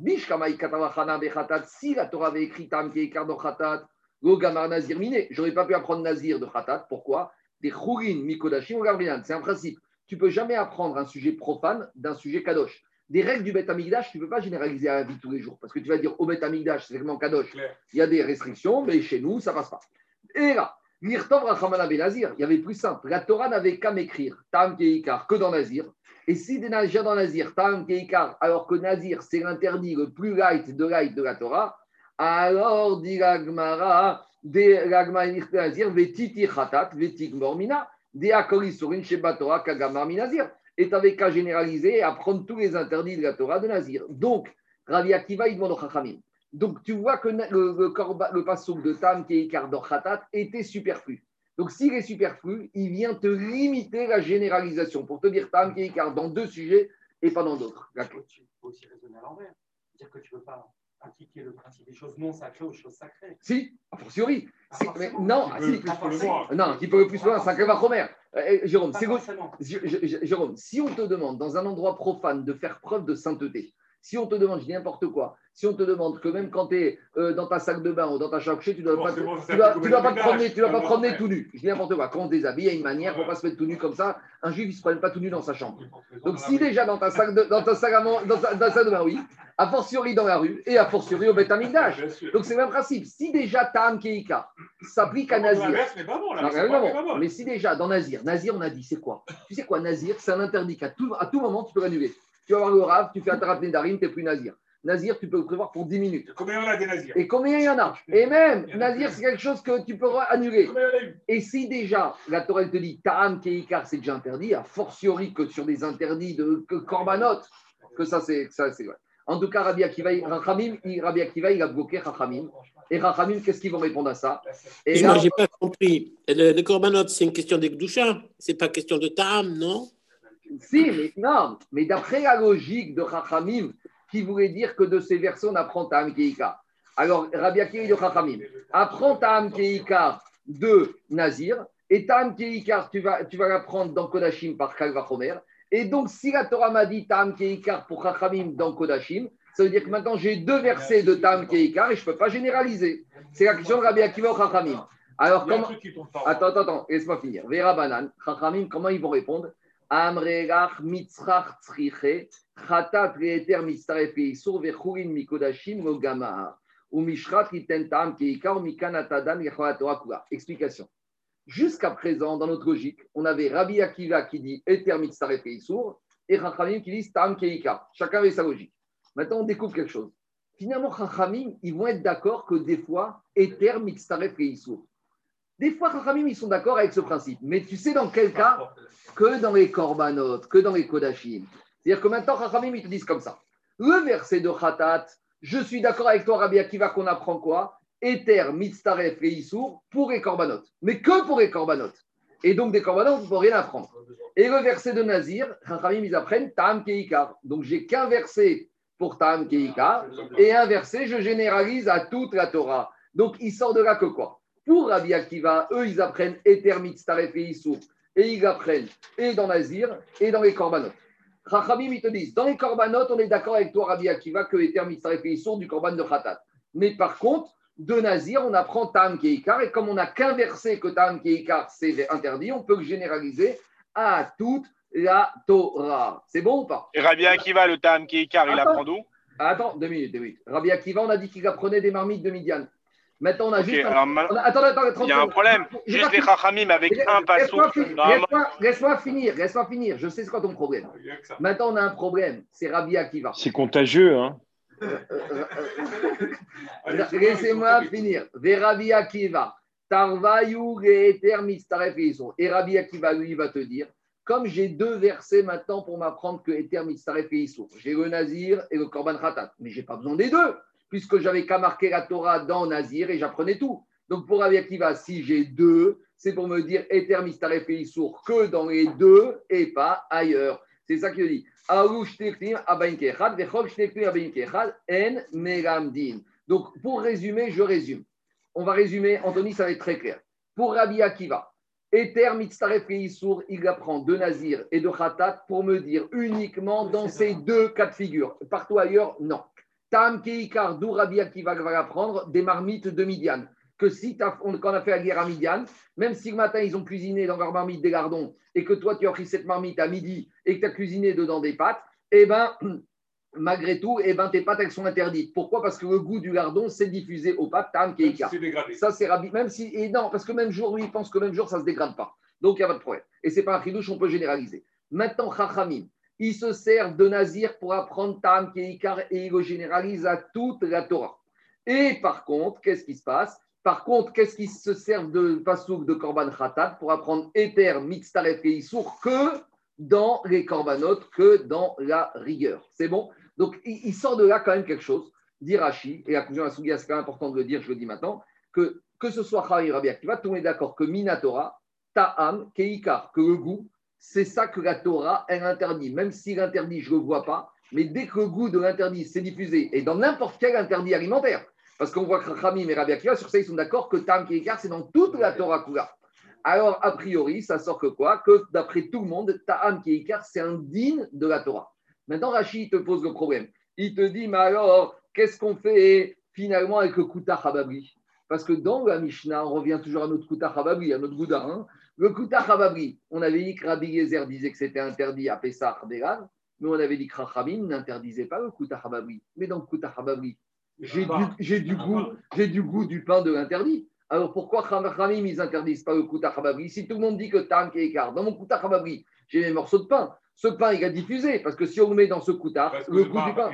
Si la Torah avait écrit Tam Keikar dans Khatat, Go Gamar Nazir Miné, j'aurais pas pu apprendre Nazir de Khatat. Pourquoi? Des Khourin, Mikodashim ou Gabriel. C'est un principe. Tu peux jamais apprendre un sujet profane d'un sujet kadosh. Des règles du Beth Amikdash, tu ne peux pas généraliser à la vie tous les jours. Parce que tu vas dire au Beth Amikdash, c'est vraiment kadosh. Il y a des restrictions, mais chez nous, ça ne passe pas. Et là, L'Irtov Rachamana Benazir, il y avait plus simple. La Torah n'avait qu'à m'écrire Tam Keikar que dans Nazir. Et si des Nazir dans Nazir, Tam Keikar, alors que Nazir, c'est l'interdit le plus light de light de la Torah, alors dit la Gemara, de la Gemara Nazir, Vetiti Khatat, Vetik Mormina, de Akori Sorin Sheba Torah Kagamar Minazir. Et tu n'avais qu'à généraliser et apprendre tous les interdits de la Torah de Nazir. Donc, Rabbi Akiva, il demande au Chachamim. Donc, tu vois que le, le, korba, le passouk de Tam Keikar dans Khatat était superflu. Donc, s'il est superflu, il vient te limiter la généralisation pour te dire Tam Keikar dans deux sujets et pas dans d'autres. Tu peux aussi raisonner à l'envers. Dire que tu ne veux pas appliquer le principe des choses non sacrées aux choses sacrées. Si, a fortiori. Ah, Si, mais non, ah, si. Ah, non, qui peut le plus loin, c'est un Kavachomer. Euh, Jérôme, c'est Jérôme, si on te demande dans un endroit profane de faire preuve de sainteté, si on te demande, je dis n'importe quoi, si on te demande que même quand tu es euh, dans ta salle de bain ou dans ta chambre, tu ne dois, pas, tu dois, tu dois pas te promener, tu dois pas te promener tout nu. Je dis n'importe quoi. Quand on te déshabille, il y a une manière pour ne pas se mettre tout nu comme ça. Un juif, il ne se promène pas tout nu dans sa chambre. Donc, si déjà dans ta salle de, dans ta salle, dans ta, dans ta salle de bain, oui, a fortiori dans la rue et a fortiori au Beth Amikdash. Donc, c'est le même principe. Si déjà Tam Keika s'applique à Nazir. Mais si déjà dans Nazir, Nazir, on a dit, c'est quoi? Tu sais quoi, Nazir, c'est un interdit qu'à tout, à tout moment, tu peux l'annuler. Tu vas voir le Rav, tu fais un Tarat Nedarim, tu n'es plus Nazir. Nazir, tu peux le prévoir pour dix minutes. Combien il y en a des Nazirs? Et combien il y en a? Et même, Nazir, c'est quelque chose que tu peux annuler. Et si déjà, la Torah te dit, Ta'am Keikar, c'est déjà interdit, a fortiori que sur des interdits de que Korbanot, que ça, c'est vrai. En tout cas, Rabbi Akiva, Rachamim, Rabbi Akiva, il a bloqué Rachamim. Et Rachamim, qu'est-ce qu'ils vont répondre à ça? Et là, moi, je n'ai pas compris. Le, le Korbanot, c'est une question de Gdusha. Ce n'est pas question de Ta'am, non? Si, mais non. Mais d'après la logique de Rachamim, qui voulait dire que de ces versets, on apprend Ta'am Keika. Alors, Rabbi Akiva de Chachamim, apprends Ta'am Keika de Nazir, et Ta'am Keika, tu vas, tu vas l'apprendre dans Kodashim par Kal Vachomer. Et donc, si la Torah m'a dit Ta'am Keika pour Chachamim dans Kodashim, ça veut dire que maintenant j'ai deux versets de Ta'am Keika et je ne peux pas généraliser. C'est la question de Rabbi Akiva ou Chachamim. Alors, comment. Attends, attends, attends, laisse-moi finir. Vera Banan, Chachamim, comment ils vont répondre? Amrelach mitzrach tzriche, chatat reeter mitzaref eisur vechurin mikodashim lo gamar, ou mishrat iten ta'am keikar mikan atadan yechol Torah kula. Explication. Jusqu'à présent, dans notre logique, on avait Rabbi Akiva qui dit eter mitzaref eisur et Chachamim qui dit ta'am keikar. Chacun avait sa logique. Maintenant, on découvre quelque chose. Finalement, Chachamim, ils vont être d'accord que des fois, eter mitzaref eisur. Des fois, Chachamim, ils sont d'accord avec ce principe. Mais tu sais dans quel cas? Que dans les Korbanot, que dans les Kodashim. C'est-à-dire que maintenant, Chachamim, ils te disent comme ça. Le verset de Khatat, je suis d'accord avec toi, Rabbi Akiva, qu'on apprend quoi? Eter, Mitztaref et Issour pour les Korbanot. Mais que pour les Korbanot. Et donc, des Korbanot, on ne peut rien apprendre. Et le verset de Nazir, Chachamim, ils apprennent Ta'am Keikar. Donc, j'ai qu'un verset pour Ta'am Keikar et un verset, je généralise à toute la Torah. Donc, il sort de là que quoi? Pour Rabbi Akiva, eux, ils apprennent Eter, Mitztaref et Issour. Et ils apprennent et dans Nazir et dans les Korbanot. Chachamim, ils te disent, dans les Korbanot, on est d'accord avec toi, Rabbi Akiva, que Eter Mitzaref et Issour du Korban de Khatat. Mais par contre, de Nazir, on apprend Ta'am Keikar, et comme on n'a qu'un verset que Ta'am Keikar, c'est interdit, on peut le généraliser à toute la Torah. C'est bon ou pas? Et Rabbi Akiva, le Ta'am Keikar, il apprend d'où? Attends, deux minutes, deux minutes. Rabbi Akiva, on a dit qu'il apprenait des marmites de Midian. Maintenant, on a okay, juste. Alors, un... on a... Attends, attends, attends. Il y a un problème. Juste les Chachamim avec laisse, un passou. Laisse-moi laisse finir, laisse-moi finir. Je sais c'est quoi ton problème. Maintenant, on a un problème. C'est Rabbi Akiva. C'est contagieux, hein. Laissez-moi finir. Ve Rabbi Akiva. Tarvayu Geeter Mitzaref Eisur. Et Rabbi Akiva, lui, va te dire comme j'ai deux versets maintenant pour m'apprendre que Eter Mitzaref Eisur. J'ai le Nazir et le Korban Khatat. Mais je n'ai pas besoin des deux. puisque j'avais qu'à marquer la Torah dans Nazir et j'apprenais tout. Donc pour Rabbi Akiva, si j'ai deux, c'est pour me dire Eter Mistaref et Issour que dans les deux et pas ailleurs. C'est ça qu'il dit. Donc pour résumer, je résume. On va résumer, Anthony, ça va être très clair. Pour Rabbi Akiva, Eter Mitzaref et Issour, il apprend de Nazir et de Khatat pour me dire uniquement dans ces deux cas de figure. Partout ailleurs, non. Tam Keikar, d'où Rabbi Akiva va l'apprendre, des marmites de Midian. Que si on, quand on a fait la guerre à Midian, même si le matin ils ont cuisiné dans leur marmite des lardons et que toi tu as pris cette marmite à midi et que tu as cuisiné dedans des pâtes, eh bien, malgré tout, eh ben, tes pâtes elles sont interdites. Pourquoi ? Parce que le goût du lardon s'est diffusé aux pâtes, tam keika. C'est dégradé. Ça, c'est Rabbi. Même si, et non, parce que même jour, lui, il pense que même jour, ça ne se dégrade pas. Donc, il n'y a pas de problème. Et ce n'est pas un chidouche, on peut généraliser. Maintenant, Chachamim, ils se servent de Nazir pour apprendre tam keikar et ils le généralisent à toute la Torah. Et par contre, qu'est-ce qui se passe ? Par contre, qu'est-ce qu'ils se servent de Pasouk de Korban Khatat pour apprendre Eter, Mitztaref et Issour que dans les Korbanot, que dans la rigueur. C'est bon ? Donc, il sort de là quand même quelque chose, dit Rashi, et la conclusion de la Sougia, c'est quand même important de le dire, je le dis maintenant, que que ce soit Chari Rabbi Akiva, tout le monde est d'accord que Minatora, Ta'am, Keikar, que le goût, c'est ça que la Torah, elle interdit. Même si l'interdit, je ne le vois pas, mais dès que le goût de l'interdit s'est diffusé, et dans n'importe quel interdit alimentaire, parce qu'on voit que Chachamim et Rabbi Akiva, sur ça, ils sont d'accord que Ta'am, Keikar, c'est dans toute la Torah Kula. Alors, a priori, ça sort que quoi ? Que d'après tout le monde, Ta'am, Keikar, c'est un digne de la Torah. Maintenant, Rachid te pose le problème. Il te dit, mais alors, qu'est-ce qu'on fait finalement avec le Kuta Chababri ? Parce que dans la Mishnah, on revient toujours à notre Kuta Chababri, à notre Gouda. Hein. Le Kuta Chababri, on avait dit que Rabbi Yezer disait que c'était interdit à Pessah Bélan, mais on avait dit que Rachamim n'interdisait pas le Kuta Chababri. Mais dans le Kuta Chababri, j'ai du, j'ai, du goût, j'ai du goût du pain de l'interdit. Alors pourquoi Rachamim, ils n'interdisent pas le Kuta Chababri ? Si tout le monde dit que Tam Keikar, dans mon Kuta Chababri, j'ai mes morceaux de pain. Ce pain, il a diffusé, parce que si on le met dans ce coutar, le goût du pain.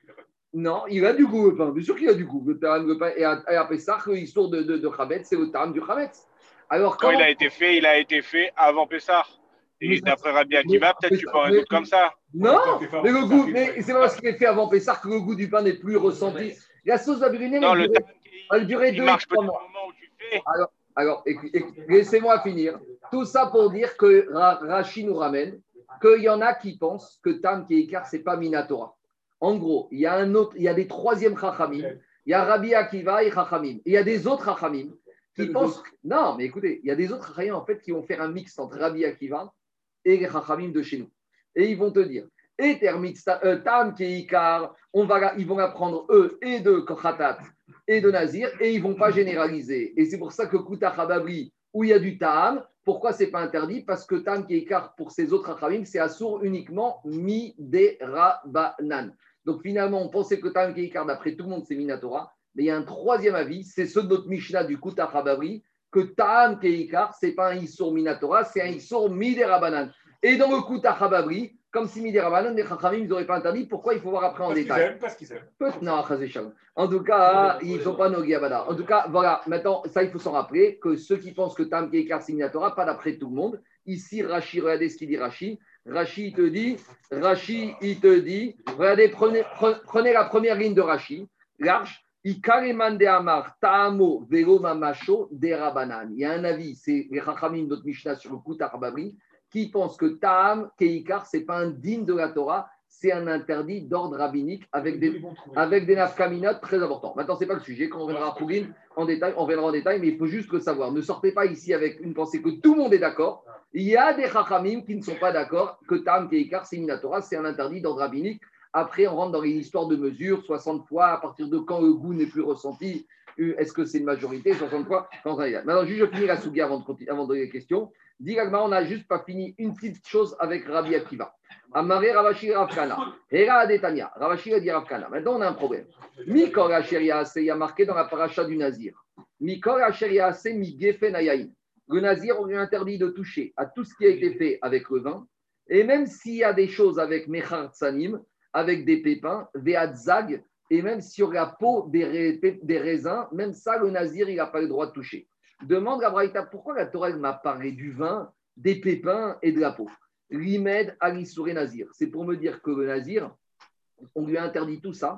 Non, il a du goût, le pain. Bien sûr qu'il a du goût. Le tam, le pain, et à Pessah, l'histoire de, de, de Chametz, c'est le tam du Chametz. Alors, quand, quand il a été fait, il a été fait avant Pessah. Et ça, d'après Rabbi Akiva, peut-être tu peux en doute comme ça. Non, mais le goût, mais c'est pas parce qu'il est fait avant Pessah que le goût du pain n'est plus ressenti. La sauce babylonie, elle, durait, elle durait deux marche trois mois. Où tu fais. Alors, alors écoute, écoute, laissez-moi finir. Tout ça pour dire que Rashi nous ramène qu'il y en a qui pensent que Tam Keikar, ce n'est pas Minatora. En gros, il y a un autre, il y a des troisièmes Chachamim, il y a Rabbi Akiva et Chachamim. Il y a des autres Chachamim qui pensent. Non, mais écoutez, il y a des autres Chachamim en fait qui vont faire un mix entre Rabbi Akiva et les Chachamim de chez nous. Et ils vont te dire, Eter euh, Tam Keikar, on va, ils vont apprendre eux et de Khatat et de Nazir et ils ne vont pas généraliser. Et c'est pour ça que Kuta Chababri, où il y a du Tam, pourquoi ce n'est pas interdit ? Parce que Tam Keikar, pour ces autres Achavim, c'est assour uniquement Miderabanan. Donc finalement, on pensait que Tam Keikar, d'après tout le monde, c'est Minatora. Mais il y a un troisième avis, c'est ceux de notre Mishnah du Kuta Chababri, que Tam Keikar, ce n'est pas un Issour Minatora, c'est un Issour Miderabanan. Et dans le Kuta Chababri, comme si Miderabanan, les Chachamim, ils n'auraient pas interdit, pourquoi il faut voir après en parce détail aiment, Parce qu'ils aiment. Non, en tout cas, ils ne sont pas nos Giabada. En tout cas, voilà, maintenant, ça, il faut s'en rappeler que ceux qui pensent que Tam Keikar, c'est Minatora, pas d'après tout le monde. Ici, Rashi, regardez ce qu'il dit Rashi. Rashi, il te dit, Rashi, il te dit, regardez, prenez, prenez la première ligne de Rashi, large. Il y a un avis, c'est les Chachamim, notre Mishnah sur le Kuta Chababri, qui pensent que Tam Keikar, ce n'est pas un digne de la Torah, c'est un interdit d'ordre rabbinique avec des, avec des nafkaminot très importants. Maintenant, ce n'est pas le sujet. Quand on reviendra à Pougin en détail, on reviendra en détail, mais il faut juste le savoir. Ne sortez pas ici avec une pensée que tout le monde est d'accord. Il y a des chachamim qui ne sont pas d'accord que Tam Keikar, c'est Minatora, c'est un interdit d'ordre rabbinique. Après, on rentre dans une histoire de mesure, soixante fois, à partir de quand le goût n'est plus ressenti. Est-ce que c'est une majorité, soixante fois quand on Maintenant, juste, je finis la souga avant de, avant de donner les questions. Directement, on n'a juste pas fini une petite chose avec Rabbi Akiva. Amaré Ravashi Ravkana. Hera Adetania. Ravashi a dit Ravkana. Maintenant, on a un problème. Mikor Asheria, il y a marqué dans la paracha du Nazir. Mikor Asheria, c'est Migefen Ayaïn. Le Nazir, on lui interdit de toucher à tout ce qui a été fait avec le vin. Et même s'il y a des choses avec Mechar Tsanim, avec des pépins, Veatzag, et même sur la peau des, des raisins, même ça, le Nazir, il n'a pas le droit de toucher. Demande à Braïta, pourquoi la Torah m'a parlé du vin, des pépins et de la peau ? Rimed Alissouré Nazir. C'est pour me dire que le Nazir, on lui a interdit tout ça,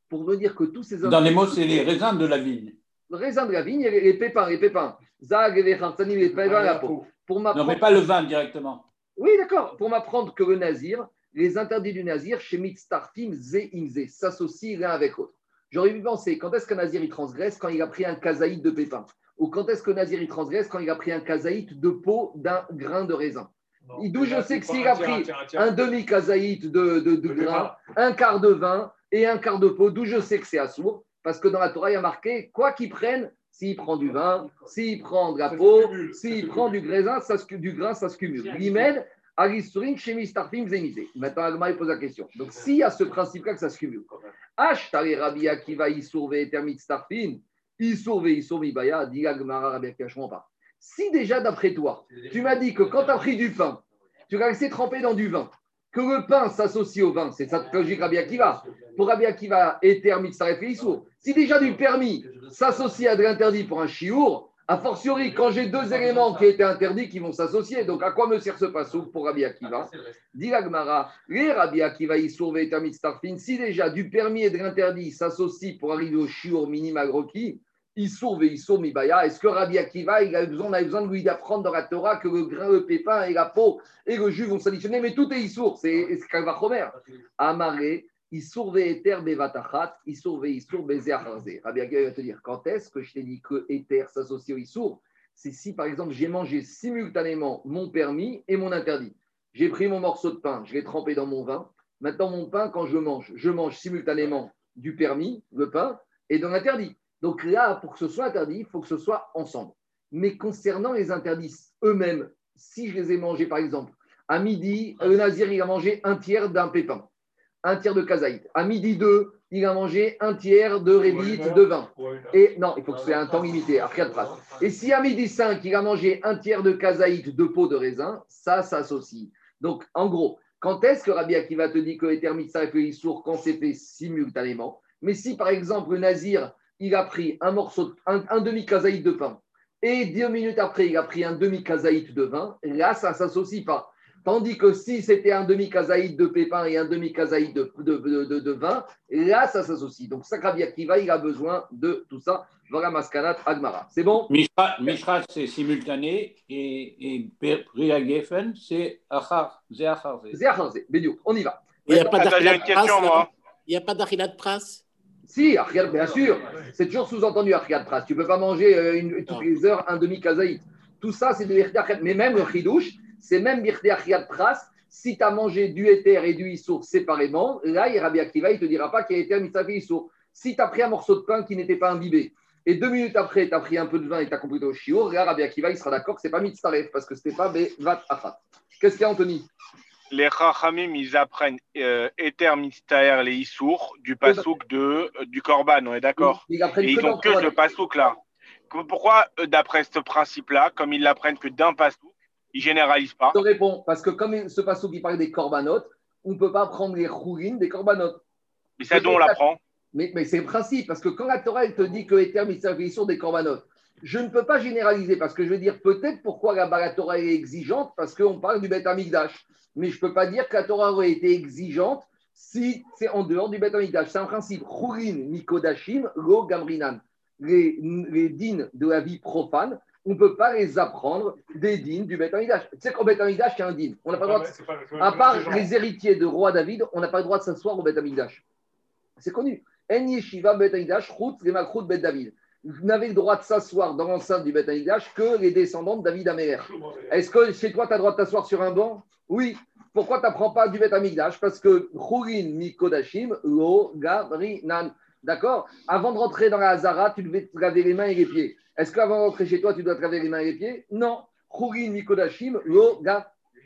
pour me dire que tous ces Dans les mots, c'est les raisins de la vigne. Le raisin de la vigne et les, les pépins, les pépins. Zag, les khartsanim, les pépins, la peau. Pour Non, mais pas le vin directement. Oui, d'accord. Pour m'apprendre que le nazir, les interdits du nazir, chez Mitztarfim, Zé Imzé, s'associent l'un avec l'autre. J'aurais pu penser, quand est-ce qu'un nazir il transgresse? Quand il a pris un kazaït de pépins. Ou quand est-ce que nazir il transgresse? Quand il a pris un kazaït de peau d'un grain de raisin. D'où je sais que s'il a pris un demi-kazaït de, de, de grain, un quart de vin et un quart de peau, d'où je sais que c'est assourd. Parce que dans la Torah, il y a marqué, quoi qu'il prenne, s'il prend du vin, s'il prend de la peau, s'il prend du grain, ça se, du grain, ça se cumule. L'imède, Aristurin, Chemis, Tarfim, Zénité. Maintenant, Agma pose la question. Donc, s'il y a ce principe-là que ça se cumule, H, Tari Rabbi Akiva, Isurve, Termit, Tarfim, Isurve, Isurve, Baya, dit Agmara, Rabbi Akiva, je comprends pas. Si déjà, d'après toi, tu m'as dit que quand tu as pris du pain, tu l'as laissé tremper dans du vin, que le pain s'associe au vin, c'est ça logique Rabbi Akiva. Pour Rabbi Akiva, Eter, Mitzaref et Issour. Si déjà du permis s'associe à de l'interdit pour un chiour, a fortiori, quand j'ai deux éléments qui étaient interdits qui vont s'associer, donc à quoi me sert ce passouk pour Rabbi Akiva? Dit la Gemara, les Rabbi Akiva, Issour, Eter, Mitzarefin, si déjà du permis et de l'interdit s'associent pour arriver au chiour minimal requis, Issour, Issour, Mibaya, est-ce que Rabbi Akiva, il a besoin, on a besoin de lui apprendre dans la Torah que le grain, le pépin et la peau et le jus vont s'additionner, mais tout est Issour, c'est Kalvachomer. Amaré, Issour ve'eter bevatachat, Issour ve'issour bezeacharze. Rabbi Akiva va te dire, quand est-ce que je t'ai dit que éter s'associe au Issour? C'est si, par exemple, j'ai mangé simultanément mon permis et mon interdit. J'ai pris mon morceau de pain, je l'ai trempé dans mon vin. Maintenant, mon pain, quand je mange, je mange simultanément du permis, le pain, et de l'interdit. Donc là, pour que ce soit interdit, il faut que ce soit ensemble. Mais concernant les interdits eux-mêmes, si je les ai mangés, par exemple, à midi, le nazir, il a mangé un tiers d'un pépin, un tiers de kazaït. À midi deux, il a mangé un tiers de révite de vin. Et non, il faut que ce soit un temps limité, après de prat. Et si à midi cinq, il a mangé un tiers de kazaït de peau de raisin, ça s'associe. Donc, en gros, quand est-ce que Rabbi Akiva te dit que les termites ça fait Issour quand c'est fait simultanément? Mais si, par exemple, le nazir, il a pris un morceau, un, un demi-kazaït de pain, et deux minutes après, il a pris un demi-kazaït de vin, là, ça ne s'associe pas. Tandis que si c'était un demi-kazaït de pépin et un demi-kazaït de, de, de, de, de vin, là, ça s'associe. Donc, ça, Rabbi Akiva, il a besoin de tout ça. Voilà Maskanat Agmara. C'est bon? Mishra, Mishra c'est simultané et, et Priya Geffen, c'est Achar. C'est Achar. C'est Achar. Bédiouk. On y va. Il n'y a pas Attends, j'ai une question, moi. Il n'y a pas d'Achilat Pras? Si, Achiat, bien sûr. C'est toujours sous-entendu Achiat Pras. Tu ne peux pas manger une, toutes les heures un demi-kazaït. Tout ça, c'est de l'Achiat. Mais même le Chidouche, c'est même Birté Achiat Pras. Si tu as mangé du éther et du issour séparément, là, il Rabbi Akiva, il ne te dira pas qu'il y a éther, mitzvah et issour. Si tu as pris un morceau de pain qui n'était pas imbibé, et deux minutes après, tu as pris un peu de vin et tu as compris au shiur, là, Rabbi Akiva, il sera d'accord que ce n'est pas mitzaref, parce que ce n'était pas bevat achat. Qu'est-ce qu'il y a, Anthony? Les Chachamim, ils apprennent euh, éther, mitztaer, les issour, du pasouk de, euh, du korban, on est d'accord? Ils apprennent Et que ils n'ont que ce pasouk-là. Pourquoi, euh, d'après ce principe-là, comme ils l'apprennent que d'un pasouk, ils ne généralisent pas? Je te réponds, parce que comme ce pasouk qui parle des korbanotes, on ne peut pas prendre les chourines des korbanotes. Mais ça, d'où on l'apprend? Mais, mais c'est le principe, parce que quand la Torah elle te dit que les termes ils sont des corbanotes, je ne peux pas généraliser, parce que je veux dire peut-être pourquoi la, la Torah est exigeante, parce qu'on parle du Beth Amikdash. Mais je ne peux pas dire que la Torah aurait été exigeante si c'est en dehors du Beth Amikdash. C'est un principe. Chourin, Mikodashim, Lo Gamrinan. Les, les dînes de la vie profane, on ne peut pas les apprendre des dînes du Beth Amikdash. Tu sais qu'au Beth Amikdash, il y a un dîne. On n'a pas le droit de... pas, pas, à part les héritiers de roi David, on n'a pas le droit de s'asseoir au Beth Amikdash. C'est connu. En Yeshiva Bet Amikdash, Chut, les Makrout Bet David. Vous n'avez le droit de s'asseoir dans l'enceinte du Bet Amikdash que les descendants de David Améler. Est-ce que chez toi, tu as le droit de t'asseoir sur un banc? Oui. Pourquoi tu n'apprends pas du Bet Amikdash? Parce que Chourin Mikodashim, Lo Gabrinan. D'accord? Avant de rentrer dans la Hazara, tu devais te laver les mains et les pieds. Est-ce qu'avant de rentrer chez toi, tu dois te laver les mains et les pieds? Non. Chourin Mikodashim, Lo Gabrinan.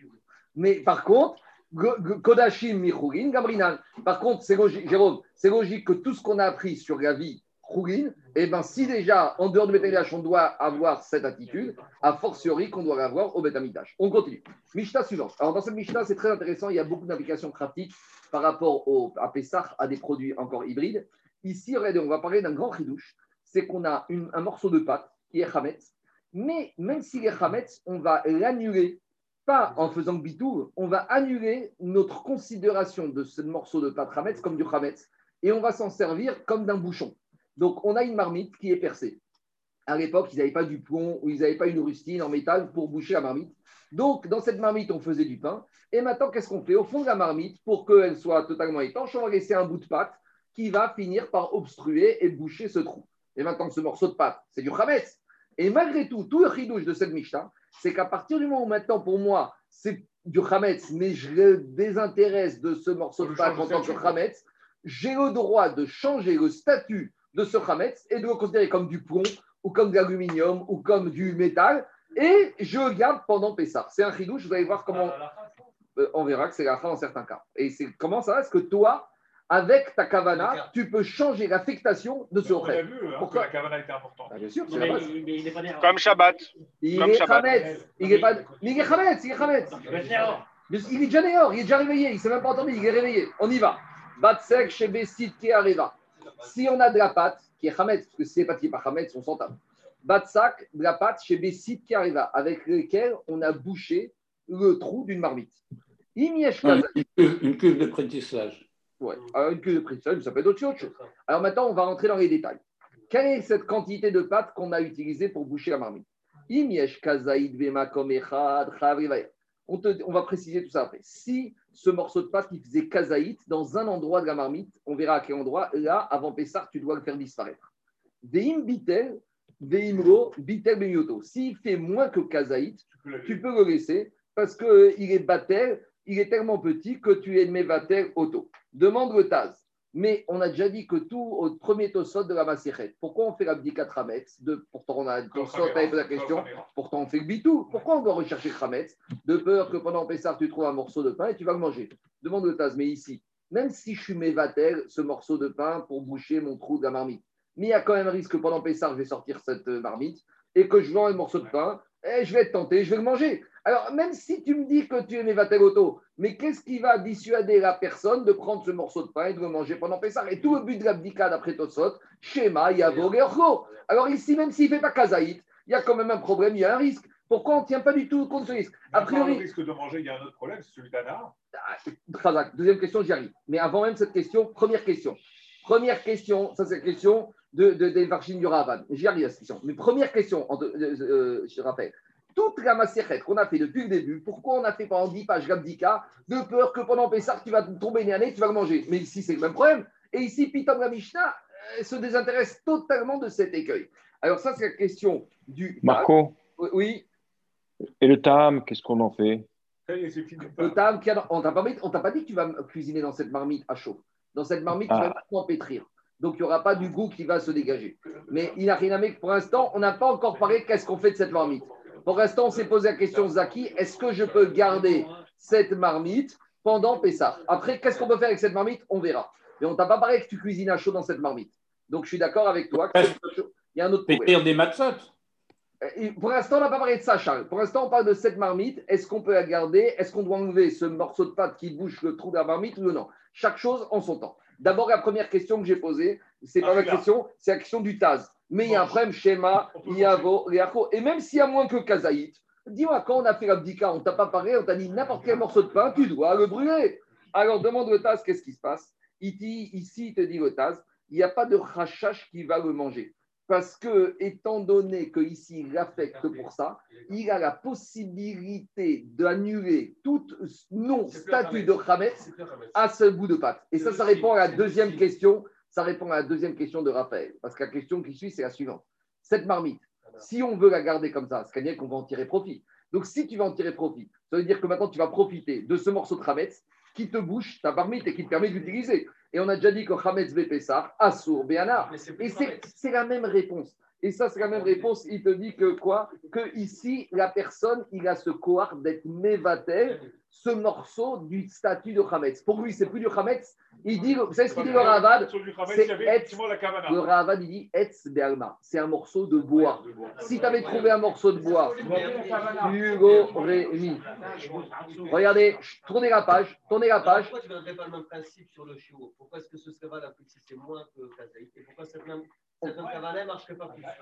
Mais par contre, Kodashim Michourin, Gabrinan. Par contre, c'est logique, Jérôme, c'est logique que tout ce qu'on a appris sur la vie Chourin, eh bien, si déjà, en dehors du Beth Amikdash, on doit avoir cette attitude, a fortiori qu'on doit l'avoir au Beth Amikdash. On continue. Mishnah suivante. Alors, dans cette Mishnah, c'est très intéressant, il y a beaucoup d'implications pratiques par rapport au, à Pessah, à des produits encore hybrides. Ici, on va parler d'un grand chidouche, c'est qu'on a une, un morceau de pâte qui est chametz, mais même s'il est chametz, on va l'annuler. Pas en faisant bitou, on va annuler notre considération de ce morceau de pâte chametz comme du chametz. et on va s'en servir comme d'un bouchon. Donc, on a une marmite qui est percée. À l'époque, ils n'avaient pas du plomb ou ils n'avaient pas une rustine en métal pour boucher la marmite. Donc, dans cette marmite, on faisait du pain. Et maintenant, qu'est-ce qu'on fait? Au fond de la marmite, pour qu'elle soit totalement étanche, on va laisser un bout de pâte qui va finir par obstruer et boucher ce trou. Et maintenant, ce morceau de pâte, c'est du chametz. Et malgré tout, tout le chidouche de cette Mishnah, c'est qu'à partir du moment où maintenant, pour moi, c'est du chametz, mais je le désintéresse de ce morceau de pâte en tant que chametz, j'ai le droit de changer le statut de ce chametz et de le considérer comme du plomb ou comme de l'aluminium ou comme du métal, et je le garde pendant Pessah. C'est un chidouche, vous allez voir comment... Euh, on verra que c'est la fin dans certains cas. Et c'est comment ça va? Est-ce que toi, avec ta kavana, tu peux changer l'affectation de ce ochet? On a vu hein, Pourquoi que la kavana était importante. Ah, bien sûr, c'est Mais la base. il, mais il est pas né. Comme Shabbat. Il Comme est Shabbat. chametz. Il est pas... Mais il est chametz, il est chametz. Mais il est déjà néor, il est déjà réveillé, il ne s'est même pas entendu, il est réveillé. On y va. Batsek chez Bessit qui arriva. Si on a de la pâte qui est chametz, parce que si c'est pas qui n'est pas chametz, on s'en tape. Batsak, de la pâte chez Bessit qui arriva, avec lequel on a bouché le trou d'une marmite. Imiesh Ouais, Kaza. une, cuve, une cuve de prétissage. Ouais. Alors, une cuve de prétissage, ça peut être autre chose. Alors maintenant, on va rentrer dans les détails. Quelle est cette quantité de pâte qu'on a utilisée pour boucher la marmite? Imiesh Kazaïd Vema Komechad Chavrivaï. On, te, on va préciser tout ça après. Si ce morceau de pâte qui faisait kazaït dans un endroit de la marmite, on verra à quel endroit, là, avant Pessah, tu dois le faire disparaître. Veim bitel, veimro, bitel benyoto. S'il fait moins que kazaït, tu peux le laisser parce qu'il est batel, il est tellement petit que tu es mevatel auto. Demande le Taz. Mais on a déjà dit que tout au premier Tosot de la Masechet, pourquoi on fait l'abdikat Chametz de, pourtant on a Tosot avait posé la question, pourtant on fait le bitou. Pourquoi on doit rechercher Chametz? De peur que pendant Pessah, tu trouves un morceau de pain et tu vas le manger. Demande le Taz, mais ici, même si je suis mévatel, ce morceau de pain pour boucher mon trou de la marmite, mais il y a quand même un risque que pendant Pessah, je vais sortir cette marmite et que je vends un morceau de pain, et je vais être tenté, je vais le manger. Alors, même si tu me dis que tu es mévatel auto, mais qu'est-ce qui va dissuader la personne de prendre ce morceau de pain et de le manger pendant Pessah? Et tout le but de l'abdika d'après Tosot, Shema, Yavo, Georgo. Alors ici, même s'il ne fait pas kazaït, il y a quand même un problème, il y a un risque. Pourquoi on ne tient pas du tout compte de ce risque? A priori, le risque de manger, il y a un autre problème, c'est celui d'Anna. Deuxième question, j'y arrive. Mais avant même cette question, première question. Première question, ça c'est la question de, de, des Varchim du Ravan. J'y arrive à cette question. Mais première question, euh, euh, je rappelle. Toute la Masechet qu'on a fait depuis le début, pourquoi on a fait pendant dix pages Gabdika, de peur que pendant Pessah, tu vas tomber nez à nez, tu vas le manger. Mais ici, c'est le même problème. Et ici, Pitam la Mishnah euh, se désintéresse totalement de cet écueil. Alors ça, c'est la question du... Marco. Oui. Et le tam, qu'est-ce qu'on en fait? Le tam, on ne t'a pas, on t'a pas dit que tu vas cuisiner dans cette marmite à chaud. Dans cette marmite, ah. tu vas maintenant pétrir. Donc, il n'y aura pas du goût qui va se dégager. Mais il n'a rien à mettre. Pour l'instant, on n'a pas encore parlé qu'est-ce qu'on fait de cette marmite. Pour l'instant, on s'est posé la question, Zaki, est-ce que je peux garder cette marmite pendant Pessah? Après, qu'est-ce qu'on peut faire avec cette marmite? On verra. Mais on ne t'a pas parlé que tu cuisines à chaud dans cette marmite. Donc, je suis d'accord avec toi. Que il y a un autre problème. Pétrir des matzot. Pour l'instant, on n'a pas parlé de ça, Charles. Pour l'instant, on parle de cette marmite. Est-ce qu'on peut la garder? Est-ce qu'on doit enlever ce morceau de pâte qui bouche le trou de la marmite ou non? Chaque chose en son temps. D'abord, la première question que j'ai posée, c'est pas ah, la question, c'est la question du Taz. Mais il y a un problème, schéma, Yavo, Léako. Et même s'il y a moins que Kazaït, dis-moi, quand on a fait l'abdika, on ne t'a pas parlé, on t'a dit n'importe quel morceau de pain, tu dois le brûler. Alors demande le Taz, qu'est-ce qui se passe? Ici, ici, il te dit le Taz, il n'y a pas de rachash qui va le manger. Parce que, étant donné qu'ici, il l'affecte pour ça, il a la possibilité d'annuler tout non-statut de Chametz à ce bout de pâte. Et ça, ça répond à la deuxième question. Ça répond à la deuxième question de Raphaël. Parce que la question qui suit, c'est la suivante. Cette marmite, si on veut la garder comme ça, c'est qu'il qu'on va en tirer profit. Donc, si tu vas en tirer profit, ça veut dire que maintenant, tu vas profiter de ce morceau de Chametz qui te bouche ta marmite et qui te permet d'utiliser. Et on a déjà dit que Chametz Bepessar, Assour, Béanar. Et c'est, c'est la même réponse. Et ça, c'est la même réponse. Il te dit que quoi? Que ici, la personne, il a ce cohort d'être mévatel, ce morceau du statut de Chametz. Pour lui, c'est plus du Chametz. Il dit, vous savez ce qu'il dit le Ravad? C'est etz, le Ravad, il dit Etz Be'alma. C'est un morceau de bois. Si tu avais trouvé un morceau de bois, tu l'aurais mis. Regardez, tournez la page. Tournez la page. Pourquoi tu ne donnerais pas le même principe sur le chiot? Pourquoi est-ce que ce serait valable si c'est moins que Kazaït? Et pourquoi cette même Kavanah ne marcherait pas plus?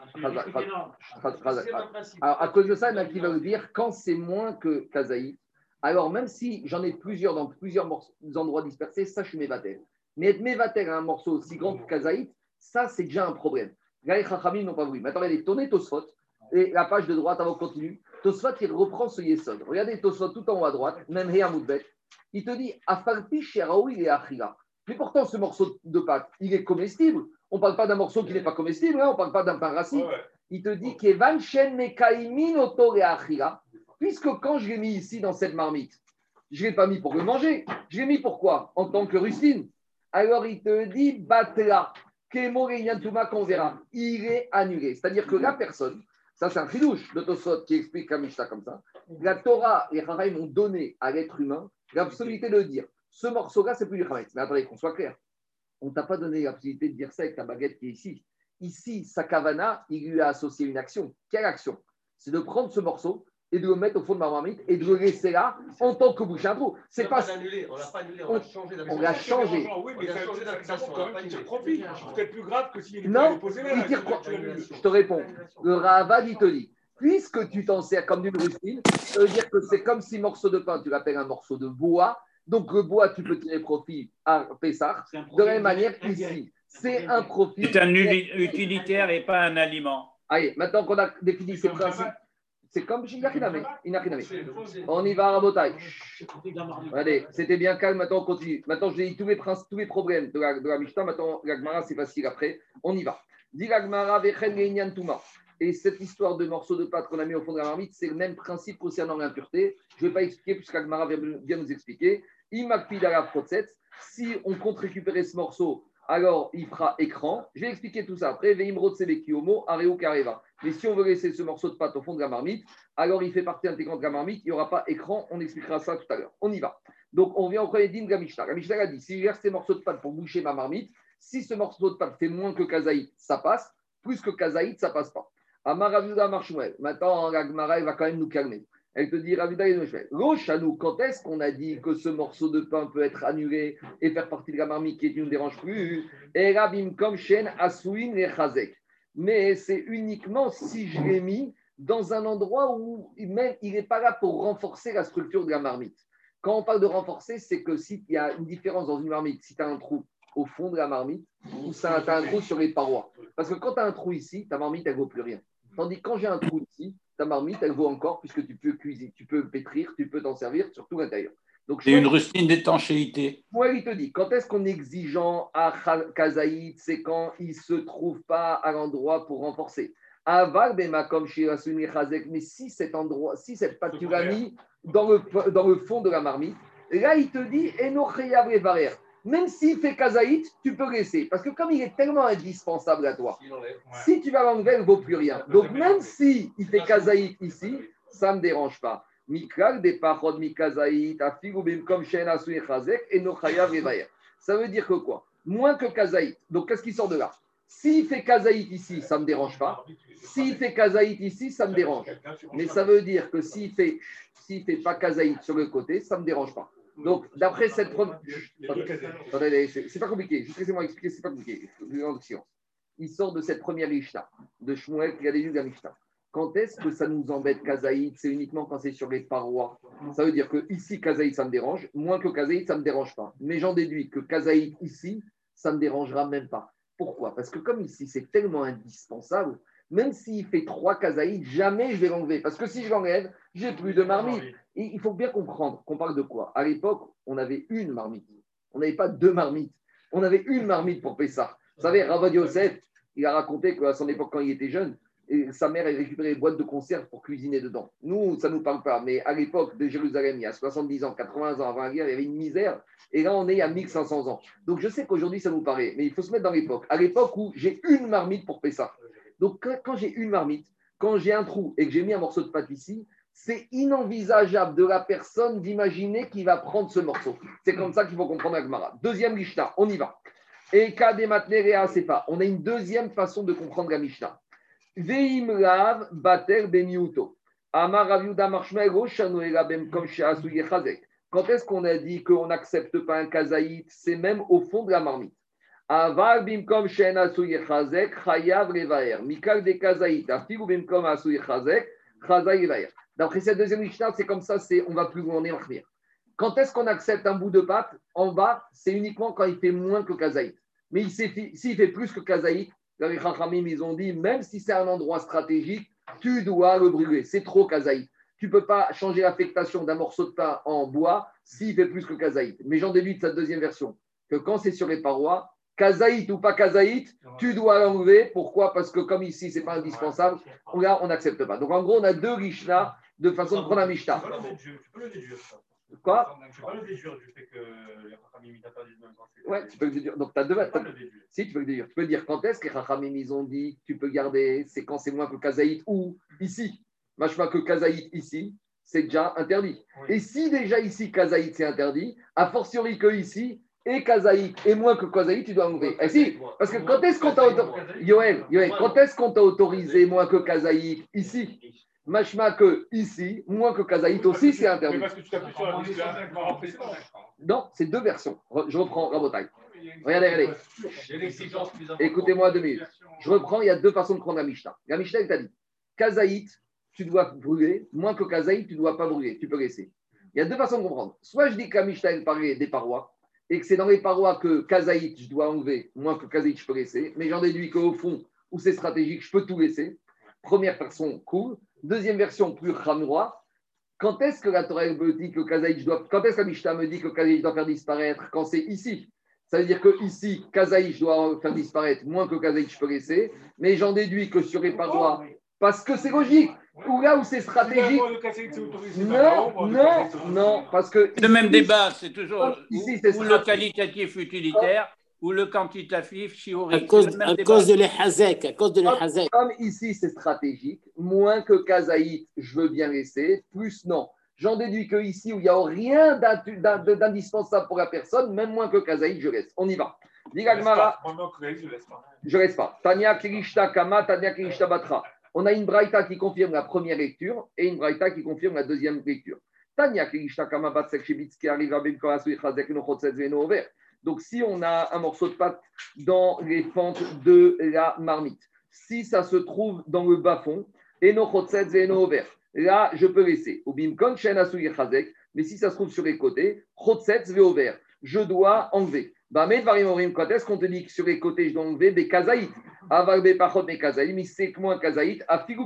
Alors, à cause de ça, il y en a qui veulent dire quand c'est moins que Kazaït. Alors, même si j'en ai plusieurs dans plusieurs endroits dispersés, ça, je suis mévatel. Mais être mévater à un morceau aussi grand que Kazaït, ça, c'est déjà un problème. Là, les Chachamim n'ont pas voulu. Maintenant, regardez, tournez Tosfot, et la page de droite avant qu'on continue. Tosfot, il reprend ce Yesod. Regardez Tosfot tout en haut à droite, même Héamoudbet. Il te dit, Afarpi Sheraoui et Achila. Mais pourtant, ce morceau de pâte, il est comestible. On ne parle pas d'un morceau qui n'est pas comestible, hein, on ne parle pas d'un pain racine. Ouais, ouais. Il te dit Kevan Shen Mekaimin Oto et Achila. Puisque quand je l'ai mis ici dans cette marmite, je ne l'ai pas mis pour le manger. Je l'ai mis pour quoi? En tant que rustine. Alors il te dit Batla. Qu'on verra, il est annulé. C'est-à-dire que la personne, ça c'est un chidouche de Tosfot qui explique la Mishnah comme ça, la Torah et les Chachamim ont donné à l'être humain la possibilité de dire ce morceau-là, c'est plus du Chametz. Mais attendez, qu'on soit clair, on ne t'a pas donné la possibilité de dire ça avec ta baguette qui est ici. Ici, sa kavana, il lui a associé une action. Quelle action? C'est de prendre ce morceau et de le mettre au fond de ma marmite et de le laisser là en tant que bouche à trou. C'est pas. Annulé. On l'a pas annulé, on l'a changé On l'a changé. Oui, mais ça changé d'application quand même qui tire profit. C'est peut-être plus grave que s'il est non, posé là. Je te réponds. Le Ravad, il te dit, puisque tu t'en sers comme d'une rustine, ça veut dire que c'est comme si morceau de pain, tu l'appelles un morceau de bois. Donc le bois, tu peux tirer profit à Pessah. De la même manière, ici, c'est un profit. C'est un utilitaire et pas un aliment. Allez, maintenant qu'on a défini ces principes. C'est comme Inachiname. On y va à Rabotai. Allez, c'était bien calme. Maintenant, on continue. Maintenant, j'ai dit tous les, principes, tous les problèmes de la, de la Mishnah. Maintenant, la Gemara, c'est facile après. On y va. Dit la Gemara, Vechen Geinyan Touma. Et cette histoire de morceaux de pâte qu'on a mis au fond de la marmite, c'est le même principe concernant l'impureté. Je ne vais pas expliquer puisque la Gemara vient nous expliquer. Imakpidara Protset. Si on compte récupérer ce morceau, alors il fera écran. Je vais expliquer tout ça après. Veimrot Sebekiomo, Areu Kareva. Mais si on veut laisser ce morceau de pâte au fond de la marmite, alors il fait partie intégrante de la marmite, il n'y aura pas écran, on expliquera ça tout à l'heure. On y va. Donc on vient au premier din de la Mishnah. La Mishnah a dit, si je verse ces morceaux de pâte pour boucher ma marmite, si ce morceau de pâte fait moins que Kazaït, ça passe, plus que Kazaït, ça passe pas. Amaravuda Marshmuel. Maintenant, la Gemara, elle va quand même nous calmer. Elle te dit, Ravuda et Noshmuel, Rochanou, quand est-ce qu'on a dit que ce morceau de pain peut être annulé et faire partie de la marmite qui ne nous dérange plus? Et Rabim comme Shen Asouin et Chazek. Mais c'est uniquement si je l'ai mis dans un endroit où même il n'est pas là pour renforcer la structure de la marmite. Quand on parle de renforcer, c'est que s'il y a une différence dans une marmite, si tu as un trou au fond de la marmite ou tu as un trou sur les parois. Parce que quand tu as un trou ici, ta marmite, elle ne vaut plus rien. Tandis que quand j'ai un trou ici, ta marmite, elle vaut encore puisque tu peux cuisiner, tu peux pétrir, tu peux t'en servir, surtout l'intérieur. C'est une rustine d'étanchéité. Moi, il te dit, quand est-ce qu'on est exigeant à Kazaït? C'est quand il ne se trouve pas à l'endroit pour renforcer. Mais si cet endroit, si cette pâte tu l'as mis dans le, dans le fond de la marmite, là, il te dit, même s'il fait Kazaït, tu peux laisser. Parce que comme il est tellement indispensable à toi, si tu vas l'enlever, il ne vaut plus rien. Donc, même s'il fait Kazaït ici, ça ne me dérange pas. Mikral des parod mikazaït afigubim comme shen asui chazek et no chayav revayer. Ça veut dire que quoi? Moins que kazaït. Donc qu'est-ce qui sort de là? S'il fait kazaït ici, ça ne me dérange pas. S'il fait kazaït ici, ça me dérange. Mais ça veut dire que s'il fait s'il fait pas kazaït sur le côté, ça ne me dérange pas. Donc d'après cette première, c'est pas compliqué. Juste laissez-moi expliquer, c'est pas compliqué. Il sort de cette première Mishnah de Shmuel qui a des juges de la Mishnah. Quand est-ce que ça nous embête Kazaït? C'est uniquement quand c'est sur les parois. Ça veut dire que ici, Kazaït, ça me dérange. Moins que Kazaït, ça ne me dérange pas. Mais j'en déduis que Kazaït, ici, ça ne me dérangera même pas. Pourquoi? Parce que comme ici, c'est tellement indispensable, même s'il fait trois Kazaït, jamais je vais l'enlever. Parce que si je l'enlève, j'ai plus de marmite. Et il faut bien comprendre qu'on parle de quoi? À l'époque, on avait une marmite. On n'avait pas deux marmites. On avait une marmite pour Pessah. Vous savez, Ravad Yosef, il a raconté qu'à son époque, quand il était jeune, et sa mère a récupéré des boîtes de conserve pour cuisiner dedans. Nous, ça ne nous parle pas, mais à l'époque de Jérusalem, il y a soixante-dix ans, quatre-vingts ans avant la guerre, il y avait une misère. Et là, on est à mille cinq cents ans. Donc, je sais qu'aujourd'hui, ça nous paraît, mais il faut se mettre dans l'époque. À l'époque où j'ai une marmite pour Pessah. Donc, quand j'ai une marmite, quand j'ai un trou et que j'ai mis un morceau de pâte ici, c'est inenvisageable de la personne d'imaginer qu'il va prendre ce morceau. C'est comme ça qu'il faut comprendre la Gemara. Deuxième Mishnah, on y va. Et Kadematnerea Sefa. On a une deuxième façon de comprendre la Mishnah. Veimlav bater beniuto. Amar Raviuda Marshmelo Shanoela Bem comme Shasouye Chazek. Quand est-ce qu'on a dit qu'on n'accepte pas un kazaït? C'est même au fond de la marmite. Avar bimkom shen asouye chazek chayav levaer. Mikal de kazaït. Afigu bimkom asouye chazek chazay levaer. D'après cette deuxième Mishnah, c'est comme ça, c'est on va plus loin, on est marmire. Quand est-ce qu'on accepte un bout de pâte en bas? C'est uniquement quand il fait moins que kazaït. Mais s'il fait plus que kazaït, les Chachamim, ils ont dit, même si c'est un endroit stratégique, tu dois le brûler. C'est trop kazaït. Tu ne peux pas changer l'affectation d'un morceau de pain en bois s'il fait plus que kazaït. Mais j'en déduis de sa deuxième version que quand c'est sur les parois, kazaït ou pas kazaït, tu dois l'enlever. Pourquoi? Parce que comme ici, ce n'est pas indispensable, là, on n'accepte pas. Donc en gros, on a deux Rishna de façon de prendre un Mishnah. Tu peux le déduire, ça. Quoi? Tu peux le déduire du fait que les Chachamim interdisent même quand c'est. Ouais, tu peux le déduire. Donc, tu as deux. Tu peux le déduire. Si, tu peux le déduire. Tu peux dire quand est-ce que les Chachamim, ils ont dit tu peux garder, c'est quand c'est moins que kazaït ou ici. Machma que kazaït ici, c'est déjà interdit. Oui. Et si déjà ici, kazaït, c'est interdit, a fortiori que ici, et kazaït, et moins que kazaït, tu dois enlever. Et si, parce que quand est-ce qu'on t'a autorisé, Yoël, Yoël, quand est-ce qu'on t'a autorisé moins que kazaït ici? Machma que ici, moins que kazaït aussi, c'est interdit. Mais parce que tu t'appuies sur la Mishnah précédente. Non, c'est deux versions. Je reprends Rabotai. Regardez, regardez. Écoutez-moi deux minutes. Je reprends, il y a deux façons de prendre la Mishnah. La Mishnah, elle t'a dit kazaït, tu dois brûler, moins que kazaït, tu ne dois pas brûler, tu peux laisser. Il y a deux façons de comprendre. Soit je dis que la Mishnah, elle parlait des parois, et que c'est dans les parois que kazaït, je dois enlever, moins que kazaït, je peux laisser, mais j'en déduis qu'au fond, où c'est stratégique, je peux tout laisser. Première version, cool. Deuxième version, plus ramrois. Quand est-ce que la Torah me dit que kazaït, je dois, quand est-ce que la Mishnah me dit que kazaït, je dois faire disparaître? Quand c'est ici. Ça veut dire que ici, kazaït, je dois faire disparaître, moins que kazaït, je peux laisser, mais j'en déduis que sur les parois, parce que c'est logique. Ou là où c'est stratégique. Non, non, non, parce que. Le même débat, c'est toujours ici, ou, c'est ou le qualitatif utilitaire ou le quantitatif À chiorique. cause, à cause de l'Ehazek, à cause de l'Ehazek. Comme ici, c'est stratégique, moins que kazaït, je veux bien laisser, plus non. J'en déduis que ici, où il n'y a rien d'indispensable pour la personne, même moins que kazaït, je laisse. On y va. Dis Gagmara. Je laisse pas. Tania Kirishta Kama, Tania Kirishta Batra. On a une braïta qui confirme la première lecture et une braïta qui confirme la deuxième lecture. Tania Kirishta Kama Batsek Shebitski arrive à Ben Korasu Chazek no Chotzet Veno Over. Donc, si on a un morceau de pâte dans les fentes de la marmite, si ça se trouve dans le bas-fond, et no Chotzet Veno Over, là, je peux laisser. Ou Bimkon Shen Asuy Chazek, mais si ça se trouve sur les côtés, Chotzet Veno Over, je dois enlever. Quand est-ce qu'on te dit que sur les côtés, je dois enlever des kazaït? Mais c'est moins kazaït.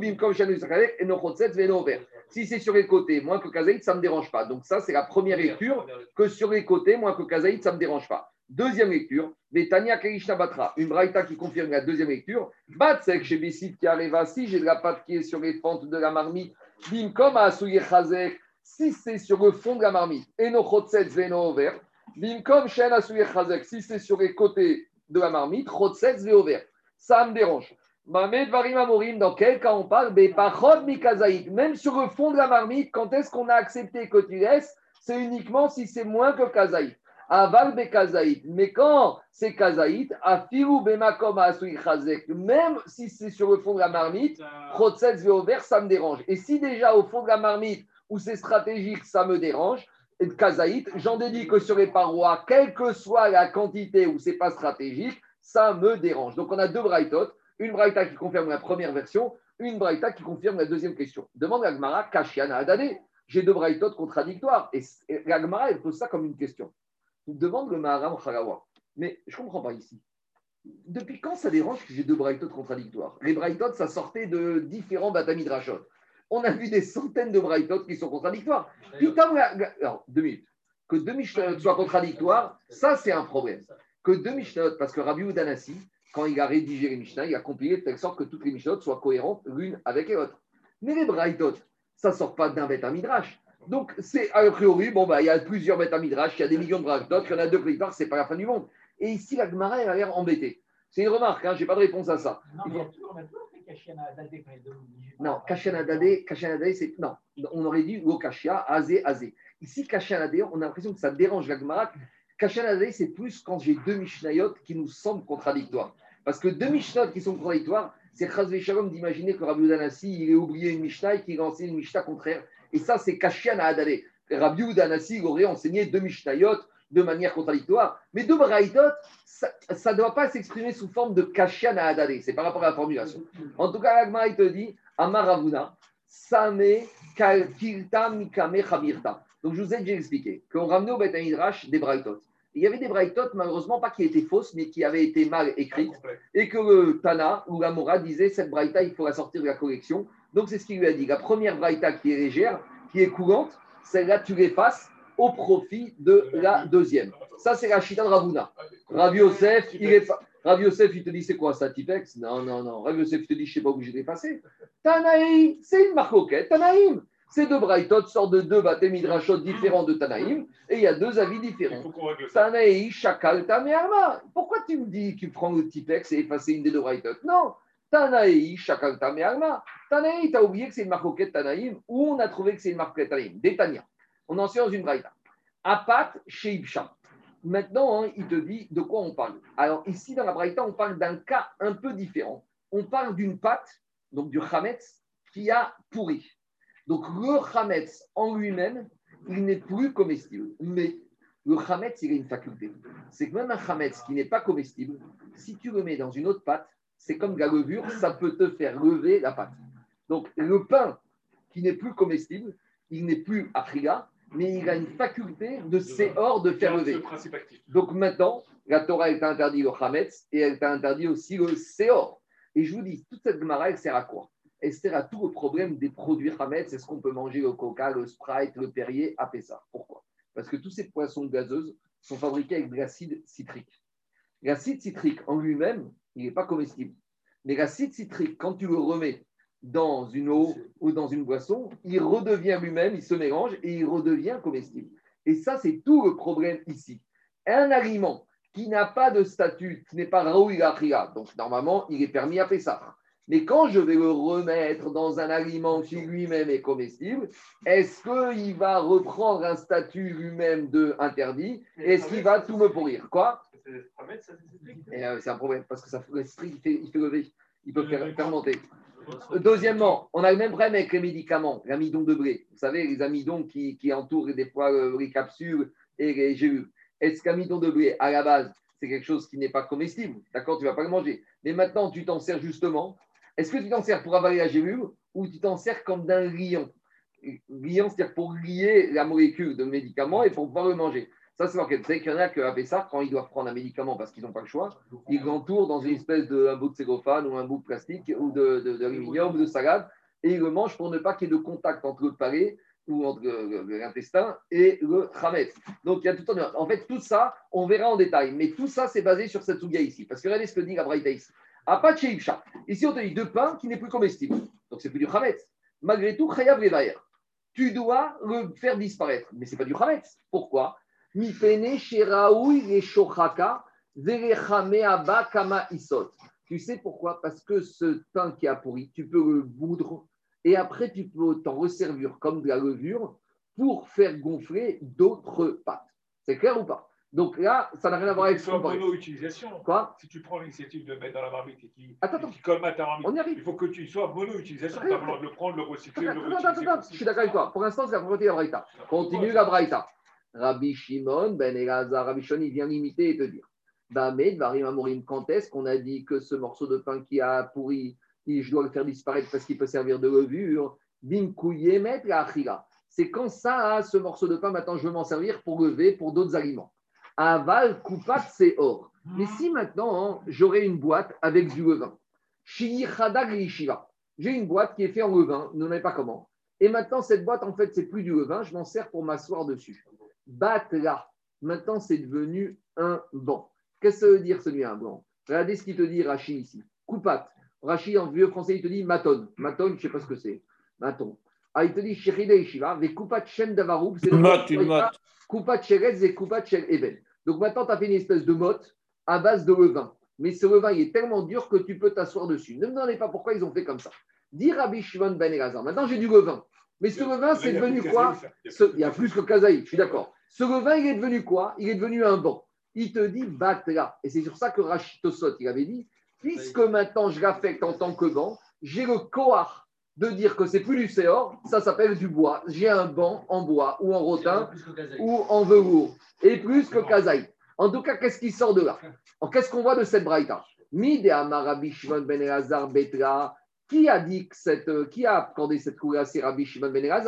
Si c'est sur les côtés, moins que kazaït, ça ne me dérange pas. Donc, ça, c'est la première lecture, que sur les côtés, moins que kazaït, ça ne me dérange pas. Deuxième lecture, Betania Kerishna Batra, une braïta qui confirme la deuxième lecture. Batsek chez Bessit qui arrive si j'ai de la pâte qui est sur les fentes de la marmite. Bimkom à Chazek, si c'est sur le fond de la marmite. Et no Chotzet Veno Over. Bimkom Shen Asuye Chazek, si c'est sur les côtés de la marmite, Chotzet Veno Over. Ça me dérange. Mamed Varim Amorim, dans quel cas on parle? Bepachod Mikazaït. Même sur le fond de la marmite, quand est-ce qu'on a accepté que tu laisses? C'est uniquement si c'est moins que Kazaït. Aval Bekazaït. Mais quand c'est Kazaït, Afiru Bemakom Asuye Chazek, même si c'est sur le fond de la marmite, Chotzet Veno Over, ça me dérange. Et si déjà au fond de la marmite, où c'est stratégique, ça me dérange, et de kazaït, j'en déduis que sur les parois, quelle que soit la quantité où ce n'est pas stratégique, ça me dérange. Donc on a deux braïtot, une braïta qui confirme la première version, une braïta qui confirme la deuxième question. Demande la Gemara, Kashiana Adane, j'ai deux braïtot contradictoires. Et la Gemara, elle pose ça comme une question. Il demande le Maharam Chalawa, mais je ne comprends pas ici. Depuis quand ça dérange que j'ai deux braïtot contradictoires? Les braïtot, ça sortait de différents batamidrashot. On a vu des centaines de braïtot qui sont contradictoires. Putain, alors, deux minutes. Que deux Mishnayot soient contradictoires, ça, c'est un problème. Que deux Mishnayot, parce que Rabbi Udanassi, quand il a rédigé les Mishnah, il a compilé de telle sorte que toutes les Mishnayot soient cohérentes l'une avec les autres. Mais les braïtot, ça ne sort pas d'un Beth Midrash. Donc, c'est a priori, bon, bah, il y a plusieurs Beth Midrash, il y a des millions de braïtot, il y en a deux contradictoires, ce n'est pas la fin du monde. Et ici, la Gemara, elle a l'air embêtée. C'est une remarque, hein, je n'ai pas de réponse à ça. Non, mais on a toujours fait Kashiana Adade. Non, Kashiana Adade, Kashiana Adade, c'est. Non, on aurait dit Lokashia, Azé, Azé. Ici, Kashiana Adade, on a l'impression que ça dérange la Gemara. Kashiana Adade, c'est plus quand j'ai deux Mishnayot qui nous semblent contradictoires. Parce que deux Mishnayot qui sont contradictoires, c'est Chazvé Shalom d'imaginer que Rabbi Udanassi, il ait oublié une Mishnah et qu'il a enseigné une Mishnah contraire. Et ça, c'est Kashiana Adade. Rabbi Udanassi, il aurait enseigné deux Mishnayot de manière contradictoire. Mais deux braïtot, ça ne doit pas s'exprimer sous forme de kashian à adadé. C'est par rapport à la formulation. En tout cas, l'Agma, il te dit, Amar Ravuna, Same Kilta Mikame Chamirta. Donc, je vous ai déjà expliqué qu'on ramenait au Beth Midrash des braïtot. Il y avait des braïtot, malheureusement, pas qui étaient fausses, mais qui avaient été mal écrites, et que le Tana ou la Mora disait cette braïta, il faut la sortir de la collection. Donc, c'est ce qu'il lui a dit. La première braïta qui est légère, qui est courante, celle-là, tu l'effaces au profit de la deuxième. Ça, c'est la Chita de Ravuna. Rav Yosef, il est pas. Rav Yosef, il te dit, c'est quoi ça, Tipex? Non, non, non. Rav Yosef, il te dit, je ne sais pas obligé d'effacer. Tanaïm, c'est une marcoquette, Tanaïm. Ces deux braïtot sortent de deux bâtés midrashot différents de Tanaïm, et il y a deux avis différents. Tanaï, Shakal, Tamearma. Pourquoi tu me dis que tu prends le Tipex et effacer une des deux braïtot? Non. Tanaï, Shakal, Tamearma. Tanaï, tu as oublié que c'est une marcoquette Tanaïm, ou on a trouvé que c'est une marcoquette Tanaïm. Détania. On en sait dans une braïta. Apat, Sheibsha. Maintenant, hein, il te dit de quoi on parle. Alors, ici, dans la braïta, on parle d'un cas un peu différent. On parle d'une pâte, donc du chametz, qui a pourri. Donc, le chametz en lui-même, il n'est plus comestible. Mais le chametz, il a une faculté. C'est que même un chametz qui n'est pas comestible, si tu le mets dans une autre pâte, c'est comme de la levure, ça peut te faire lever la pâte. Donc, le pain qui n'est plus comestible, il n'est plus atriga, mais il a une faculté de séhor de faire lever. Donc maintenant, la Torah, elle t'a interdit le chametz et elle t'a interdit aussi le séhor. Et je vous dis, toute cette gemara, elle sert à quoi? Elle sert à tout le problème des produits chametz. Est-ce qu'on peut manger le coca, le Sprite, le Perrier à Pessah? Pourquoi? Parce que tous ces poissons gazeuses sont fabriqués avec de l'acide citrique. L'acide citrique en lui-même, il n'est pas comestible. Mais l'acide citrique, quand tu le remets dans une eau ou dans une boisson, il redevient lui-même, il se mélange et il redevient comestible. Et ça, c'est tout le problème ici. Un aliment qui n'a pas de statut, qui n'est pas raoui l'achila, donc normalement, il est permis à Pessah. Mais quand je vais le remettre dans un aliment qui lui-même est comestible, est-ce qu'il va reprendre un statut lui-même de interdit? Est-ce qu'il va tout me pourrir? Quoi? Et, euh, c'est un problème, parce que ça fait, il fait, il fait lever, il peut faire fermenter. Deuxièmement, on a le même problème avec les médicaments, l'amidon de blé. Vous savez, les amidons qui, qui entourent des fois euh, les capsules et les gélules. Est-ce qu'amidon de blé, à la base, c'est quelque chose qui n'est pas comestible? D'accord, tu ne vas pas le manger. Mais maintenant, tu t'en sers justement. Est-ce que tu t'en sers pour avaler la gélule ou tu t'en sers comme d'un liant? Liant, c'est-à-dire pour lier la molécule de médicament et pour pouvoir le manger. Ça, c'est marqué. Vous savez qu'il y en a qui avaient ça, quand ils doivent prendre un médicament parce qu'ils n'ont pas le choix, ils l'entourent dans une espèce de un bout de cellophane ou un bout de plastique ou de, de, d'aluminium ou de salade et ils le mangent pour ne pas qu'il y ait de contact entre le palais ou entre l'intestin et le chametz. Donc, il y a tout en... en fait, tout ça, on verra en détail. Mais tout ça, c'est basé sur cette souga ici. Parce que regardez ce que dit la braïta ici. Apat sheibsha. Ici, on te dit de pain qui n'est plus comestible. Donc, c'est plus du chametz. Malgré tout, chayav levaer. Tu dois le faire disparaître. Mais ce n'est pas du chametz. Pourquoi? Tu sais pourquoi? Parce que ce pain qui a pourri, tu peux le moudre et après tu peux t'en resservir comme de la levure pour faire gonfler d'autres pâtes. C'est clair ou pas? Donc là, ça n'a rien à voir avec ce qu'on parle. Mono-utilisation. Quoi? Si tu prends l'initiative de mettre dans la marmite et qui, attends, attends. qui colmate ta marmite, on y arrive. Il faut que tu sois mono-utilisation. Tu as le droit de le prendre, le recycler, attends, le réutiliser. Attends, attends, je suis d'accord avec toi. Pour l'instant, c'est la propriété de la braïta. Continue la braïta. Rabbi Shimon, Ben Elazar, Rabbi Shimon, il vient l'imiter et te dire Bamed, Varim Amorim, quand est-ce qu'on a dit que ce morceau de pain qui a pourri, je dois le faire disparaître parce qu'il peut servir de levure? Bim Kouyemet, la Achila. C'est quand ça, ce morceau de pain, maintenant je veux m'en servir pour lever pour d'autres aliments. Aval, Koupat, c'est or. Mais si maintenant, hein, j'aurais une boîte avec du levain, Shii Chadag Yishiva, j'ai une boîte qui est faite en levain, ne sais pas comment. Et maintenant, cette boîte, en fait, c'est plus du levain, je m'en sers pour m'asseoir dessus. Batla, maintenant c'est devenu un banc. Qu'est-ce que ça veut dire celui un banc? Regardez ce qu'il te dit Rachi ici. Coupat. Rachi en vieux français il te dit maton. Maton, je ne sais pas ce que c'est. Maton. Ah, il te dit Shiride Ishiva, ve Coupat Shem Davaroub, c'est le Coupat Sheretz et Coupat Shel Eben. Donc maintenant tu as fait une espèce de motte à base de levain. Mais ce levain il est tellement dur que tu peux t'asseoir dessus. Ne me demandez pas pourquoi ils ont fait comme ça. Dis Rabbi Shimon Ben Elazar. Maintenant j'ai du levain. Mais ce levain, c'est devenu quoi? Il y a plus que Kazaï, je suis d'accord. Ce levain, il est devenu quoi? Il est devenu un banc. Il te dit batla. Et c'est sur ça que Rachid Tosot, il avait dit, puisque maintenant je l'affecte en tant que banc, j'ai le koar de dire que c'est plus du séor, ça s'appelle du bois. J'ai un banc en bois ou en rotin ou en velours. Et plus que Kazaï. En tout cas, qu'est-ce qui sort de là? Qu'est-ce qu'on voit de cette braïta? Mide Amarabi Shimon Ben Elazar Betra. Qui a dit que cette, qui a accordé cette couleur? C'est Rabbi Shimon Ben Elazar.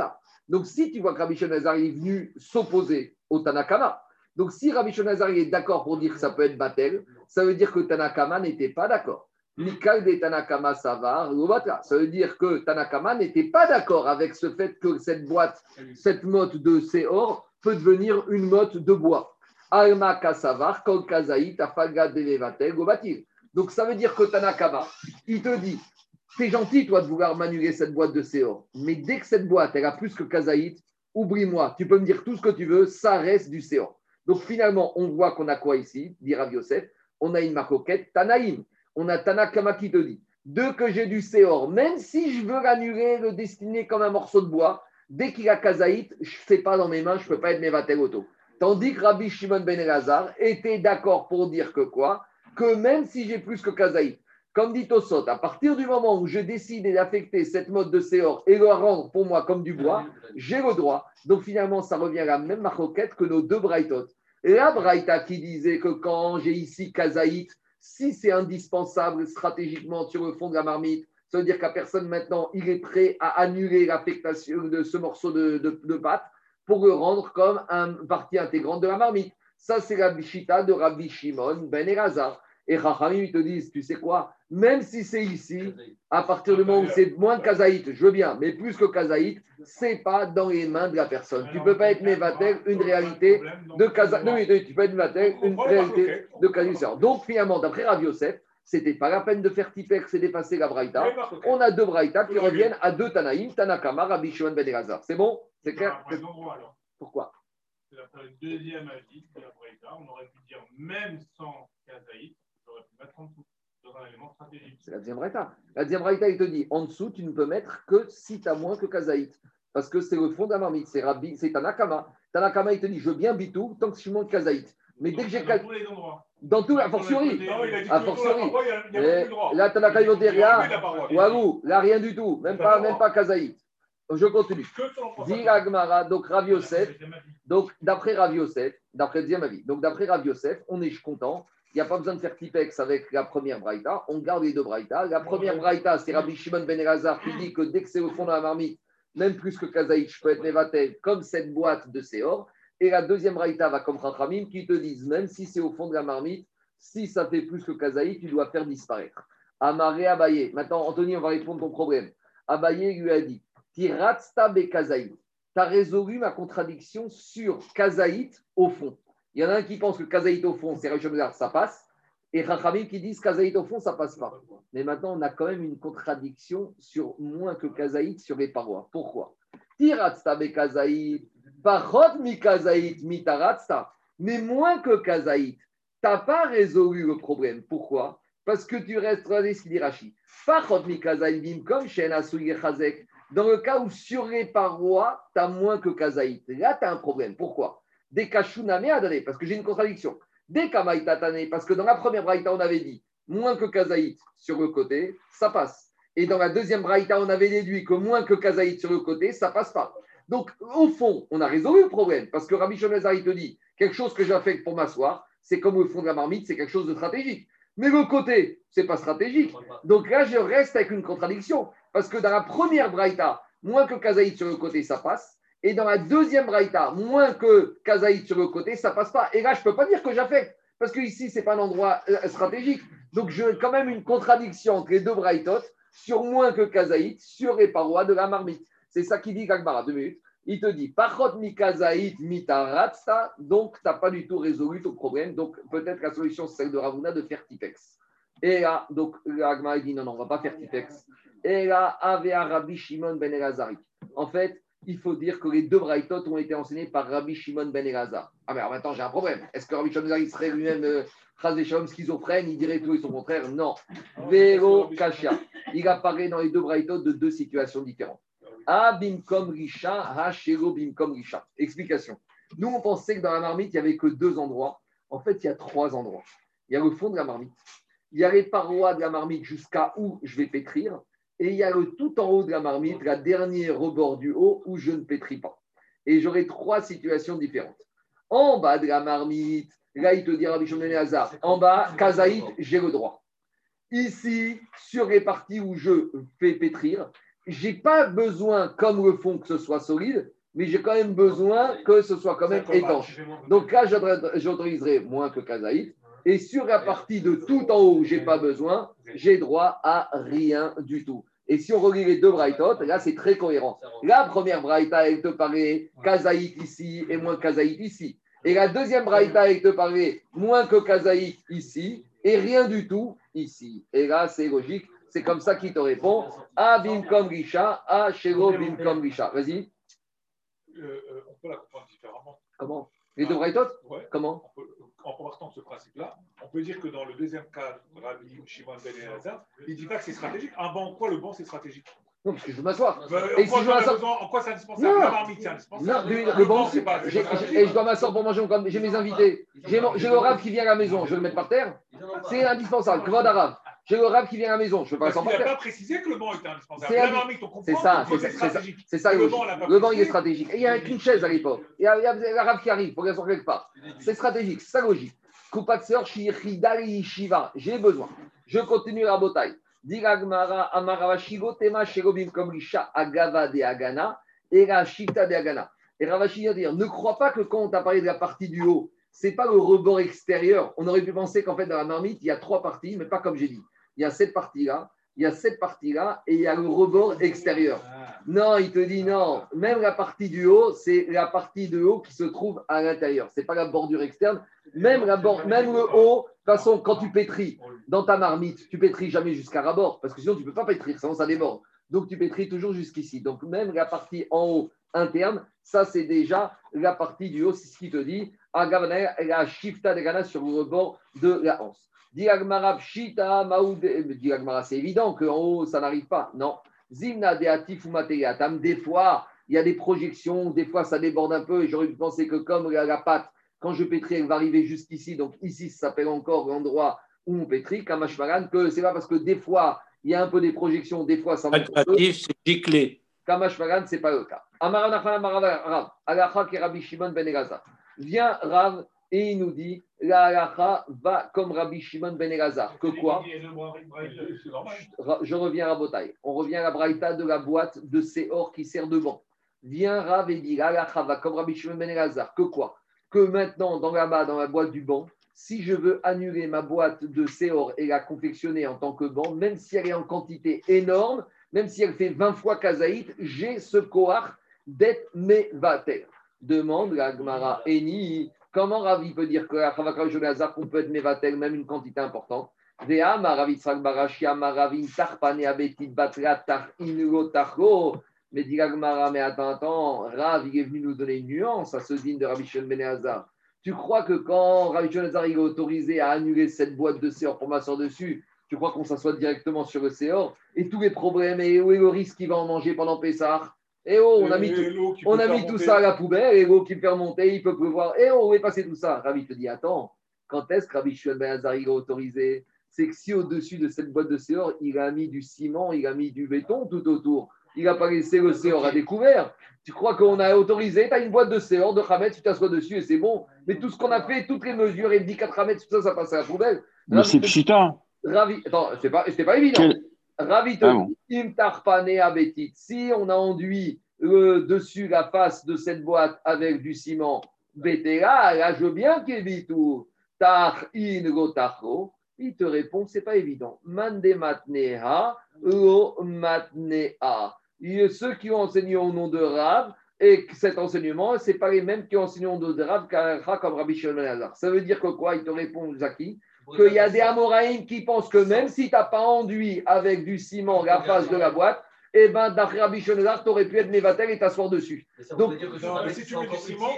Donc, si tu vois que Rabbi Shimon ben Azariah est venu s'opposer au Tanakama, donc si Rabbi Shimon ben Azariah est d'accord pour dire que ça peut être Batel, ça veut dire que Tanakama n'était pas d'accord. Mikal de Tanakama Savar, ça veut dire que Tanakama n'était pas d'accord avec ce fait que cette boîte, cette motte de Seor peut devenir une motte de bois. Alma Kasavar, Kol Kazaït, Afaga Delevatel, Gobatil. Donc ça veut dire que Tanakama, il te dit, c'est gentil toi de vouloir m'annuler cette boîte de Seor, mais dès que cette boîte elle a plus que Kazaït, oublie-moi, tu peux me dire tout ce que tu veux, ça reste du Seor. Donc finalement, on voit qu'on a quoi ici, dit Rav Yosef, on a une marcoquette Tanaïm. On a Tanakama qui te dit, de que j'ai du Seor, même si je veux l'annuler, le destiner comme un morceau de bois, dès qu'il a Kazaït, je ne sais pas dans mes mains, je ne peux pas être Mevatel Auto. Tandis que Rabbi Shimon ben Elazar était d'accord pour dire que quoi? Que même si j'ai plus que Kazaït, comme dit Tosot, à partir du moment où je décide d'affecter cette mode de Seor et le rendre pour moi comme du bois, j'ai le droit. Donc finalement, ça revient à la même marcoquette que nos deux braïtot. La braïta qui disait que quand j'ai ici Kazaït, si c'est indispensable stratégiquement sur le fond de la marmite, ça veut dire qu'à personne maintenant, il est prêt à annuler l'affectation de ce morceau de, de, de pâte pour le rendre comme une partie intégrante de la marmite. Ça, c'est la bichita de Rabbi Shimon ben Elazar. Et Rachamim, ils te disent, tu sais quoi, même si c'est ici, à partir du moment où c'est moins de Kazaït, je veux bien, mais plus que Kazaït, c'est pas dans les mains de la personne. Tu ne peux pas être Mevatel, une réalité de Kazaït. Non, mais tu peux être Mevatel, une réalité de Kazaït. Donc finalement, d'après Rav Yosef, c'était pas la peine de faire Tipex et d'effacer la Braïta. On a deux Braïta qui reviennent à deux Tanaïm, Tanakama, Rabbi Shimon ben Elazar. C'est bon? C'est clair? Pourquoi? C'est le deuxième avis de la Braïta. On aurait pu dire même sans Kazaït. Mettre en dessous, dans un élément stratégique. C'est la deuxième braïta. La deuxième braïta, il te dit, en dessous, tu ne peux mettre que si tu as moins que Kazaït. Parce que c'est le fond de la marmite, c'est Rabbi, c'est Tanakama. Tanakama, il te dit, je veux bien bitou tant que je suis moins que Kazaït. Mais dès que j'ai... Dans tous les endroits. Dans tout, a fortiori. A fortiori. Là, là, Tanakama, il va dire, là, Ouagou, là, rien du tout. Même pas, même pas Kazaït. Je continue. Dit Agmara, donc Rav Yosef, donc d'après Rav Yosef, d'après le deuxième avis, donc d'après Rav Yosef, on est content. Il n'y a pas besoin de faire Tipex avec la première braïta. On garde les deux braïtas. La première braïta, c'est Rabbi Shimon ben Elazar qui dit que dès que c'est au fond de la marmite, même plus que Kazaït, je peux être Mevatel comme cette boîte de Seor. Et la deuxième braïta va comme Chachamim qui te disent, même si c'est au fond de la marmite, si ça fait plus que Kazaït, tu dois faire disparaître. Amaré Abaye. Maintenant, Anthony, on va répondre ton problème. Abaye lui a dit, Tiratsta be Kazaït. Tu as résolu ma contradiction sur Kazaït au fond. Il y en a un qui pense que Kazaït au fond, c'est Rishon Lazar, ça passe. Et Rachamim qui disent Kazaït au fond, ça passe pas. Mais maintenant, on a quand même une contradiction sur moins que Kazaït sur les parois. Pourquoi? Tiratsta be Kazaït, parot mi Kazaït, mi taratsta. Mais moins que Kazaït, tu n'as pas résolu le problème. Pourquoi? Parce que tu restes dans ce qu'il dit Rashi. Parot mi Kazaït bim comme shen asouye chazek. Dans le cas où sur les parois, tu as moins que Kazaït. Là, tu as un problème. Pourquoi? Des kashuname adane, parce que j'ai une contradiction. Des kamaïtatane, parce que dans la première braïta, on avait dit moins que Kazaït sur le côté, ça passe. Et dans la deuxième braïta, on avait déduit que moins que Kazaït sur le côté, ça passe pas. Donc, au fond, on a résolu le problème, parce que Rabbi Shimon ben Elazar, il te dit quelque chose que j'affecte pour m'asseoir, c'est comme le fond de la marmite, c'est quelque chose de stratégique. Mais le côté, c'est pas stratégique. Donc là, je reste avec une contradiction, parce que dans la première braïta, moins que Kazaït sur le côté, ça passe. Et dans la deuxième braïta, moins que Kazaït sur le côté, ça passe pas. Et là, je ne peux pas dire que j'affecte, parce que ici, ce n'est pas un endroit euh, stratégique. Donc, j'ai quand même une contradiction entre les deux braïtot sur moins que Kazaït, sur les parois de la marmite. C'est ça qu'il dit Gagmara, deux minutes. Il te dit, Pachot mi Kazaït mi taratsta, donc tu n'as pas du tout résolu ton problème. Donc, peut-être la solution, c'est celle de Ravuna de faire Tipex. Et là, donc, Gagmara dit, non, non, on ne va pas faire Tipex. Et là, Avea Rabbi Shimon ben Elazari. En fait, il faut dire que les deux braïtot ont été enseignés par Rabbi Shimon ben Elazar. Ah, mais alors maintenant, j'ai un problème. Est-ce que Rabbi Shimon ben Elazar, il serait lui-même euh, Chaz Shalom schizophrène? Il dirait tout et son contraire? Non. Véro Kasha. Il apparaît dans les deux braïtot de deux situations différentes. A bimkom risha, ha shelo bimkom risha. Explication. Nous, on pensait que dans la marmite, il n'y avait que deux endroits. En fait, il y a trois endroits. Il y a le fond de la marmite. Il y a les parois de la marmite jusqu'à où je vais pétrir. Et il y a le tout en haut de la marmite, la dernière rebord du haut où je ne pétris pas. Et j'aurai trois situations différentes. En bas de la marmite, là, il te dit Rabbi Shimon ben Elazar, en bas, Kazaït, j'ai le droit. Ici, sur les parties où je fais pétrir, je n'ai pas besoin, comme le fond, que ce soit solide, mais j'ai quand même besoin que ce soit quand même étanche. Donc là, j'autoriserai moins que kazaït. Et sur la partie de tout en haut où je n'ai pas besoin, j'ai droit à rien du tout. Et si on relie les deux braïtot, là, c'est très cohérent. La première braïta, elle te parlait kazaït ici et moins kazaït ici. Et la deuxième braïta, elle te parlait moins que kazaït ici et rien du tout ici. Et là, c'est logique. C'est comme ça qu'il te répond. A bimkom risha, a shelo bimkom risha. Vas-y. Euh, euh, on peut la comprendre différemment. Comment? Les deux braïtot? Ouais. Comment? On peut, en partant de ce principe-là, on peut dire que dans le deuxième cas, Rabbi Shimon ben Elazar, il ne dit pas que c'est stratégique. Un banc, quoi, le banc, c'est stratégique? Non, parce que je veux m'asseoir. Bah, et en, si quoi, je veux m'asseoir... en quoi c'est indispensable? Non, la marmite, c'est indispensable. Non, le, le banc, banc, c'est pas. j'ai, j'ai, et je dois m'asseoir pour manger mon J'ai mes invités. J'ai, j'ai le rave qui vient à la maison. Je vais le mettre par terre. C'est indispensable. Kvod arabe. J'ai le rave qui vient à la maison. Je ne peux pas m'asseoir par terre. Il n'a pas précisé que le banc était indispensable. C'est la marmite, on comprend. C'est ça, c'est, c'est, c'est ça, c'est ça. Le banc, le banc, il est stratégique. Et il n'y a qu'une chaise à l'époque. Il y a, il y a la rave qui arrive. Il faut qu'elle sorte quelque part. C'est stratégique. C'est ça logique. Kupatseur, Shirhidari, Shiva. J'ai besoin. Je continue la bataille. Diragmara, Amaravashigo, Tema, Sherobim, Komrisha, Agava de Agana, et la Shita de Agana. Et Ravashi va dire, ne crois pas que quand on t'a parlé de la partie du haut, ce n'est pas le rebord extérieur. On aurait pu penser qu'en fait, dans la marmite, il y a trois parties, mais pas comme j'ai dit. Il y a cette partie-là, il y a cette partie-là, et il y a le rebord extérieur. Non, il te dit non. Même la partie du haut, c'est la partie de haut qui se trouve à l'intérieur. Ce n'est pas la bordure externe. Même, la bord... Même le haut, de toute façon, quand tu pétris dans ta marmite, tu pétris jamais jusqu'à rabord, parce que sinon, tu ne peux pas pétrir, sinon ça déborde. Donc, tu pétris toujours jusqu'ici. Donc, même la partie en haut interne, ça, c'est déjà la partie du haut. C'est ce qui te dit. La shifta de Gana sur le rebord de la hanse. Diagmara pshita maoud. Diagmara, c'est évident qu'en haut, ça n'arrive pas. Non. Zimna de atif ou matériatam. Des fois, il y a des projections, des fois, ça déborde un peu. Et j'aurais pu penser que comme la, la pâte, quand je pétris, elle va arriver jusqu'ici. Donc, ici, ça s'appelle encore l'endroit où on pétrit, Kamashmaran, que c'est pas parce que des fois, il y a un peu des projections, des fois, ça monte un peu. C'est giclé. Kamashmaran, ce n'est pas le cas. Amaranachana Marava, Alacha qui est Rabbi Shimon ben Elazar. Vient Rav et il nous dit la Alacha va comme Rabbi Shimon ben Elazar. Que quoi? Je reviens à Rabotai. On revient à la braïta de la boîte de Séor qui sert de banc. Vient Rav et dit la Alacha va comme Rabbi Shimon ben Elazar. Que quoi? Que maintenant, dans là-bas, dans la boîte du banc, si je veux annuler ma boîte de Séor et la confectionner en tant que banc, même si elle est en quantité énorme, même si elle fait vingt fois kazaït, j'ai ce koach d'être mevater. Demande la Gemara Eni, comment Ravi peut dire que la Chavakra Jonazar qu'on peut être mevater, même une quantité importante? Vea Maravi Tzrak Barashia Maravin Tarpane Abetit Batra Tar Inugo Tarko. Mais dit la Gemara, mais attends, attends, Rav, il est venu nous donner une nuance à ce dîne de Rabbi Shimon ben Elazar. Tu crois que quand Rabbi Shimon ben Elazar est autorisé à annuler cette boîte de Séor pour m'asseoir dessus, tu crois qu'on s'assoit directement sur le Séor et tous les problèmes, et où est le risque qu'il va en manger pendant Pessah? Et oh, on a mis, tout, on a mis tout ça à la poubelle, et l'eau qui me fait remonter, il peut pleuvoir. Et oh, où est passé tout ça? Rabbi te dit, attends, quand est-ce que Rabbi Shimon ben Elazar est autorisé? C'est que si au-dessus de cette boîte de Séor, il a mis du ciment, il a mis du béton tout autour. Il n'a pas laissé le Séor à découvert. Tu crois qu'on a autorisé, tu as une boîte de Séor, de Khamet, tu t'assois dessus et c'est bon. Mais tout ce qu'on a fait, toutes les mesures, et dit quatre Khamet, tout ça, ça passe à la poubelle. Mais c'est pchita. Ravi, attends, c'est pas, c'était pas évident. Quel... Ravi te ah bon. dit, si on a enduit le dessus, la face de cette boîte avec du ciment, Bétéra, là, je veux bien qu'il vit tout. Tar in gotarko. Il te répond, c'est pas évident. Mande matneha, lo matneha. Ceux qui ont enseigné au nom de Rav, et cet enseignement, ce n'est pas les mêmes qui ont enseigné au nom de Rav comme Rabbi Shimon ben Elazar. Ça veut dire que quoi? Il te répond, Zaki, qu'il y a des Amoraïm qui pensent que même si tu n'as pas enduit avec du ciment la face de la boîte, eh bien, d'après Rabbi Shimon ben Elazar, tu aurais pu être Mevatel et t'asseoir dessus. Donc, non, mais si tu mets du ciment,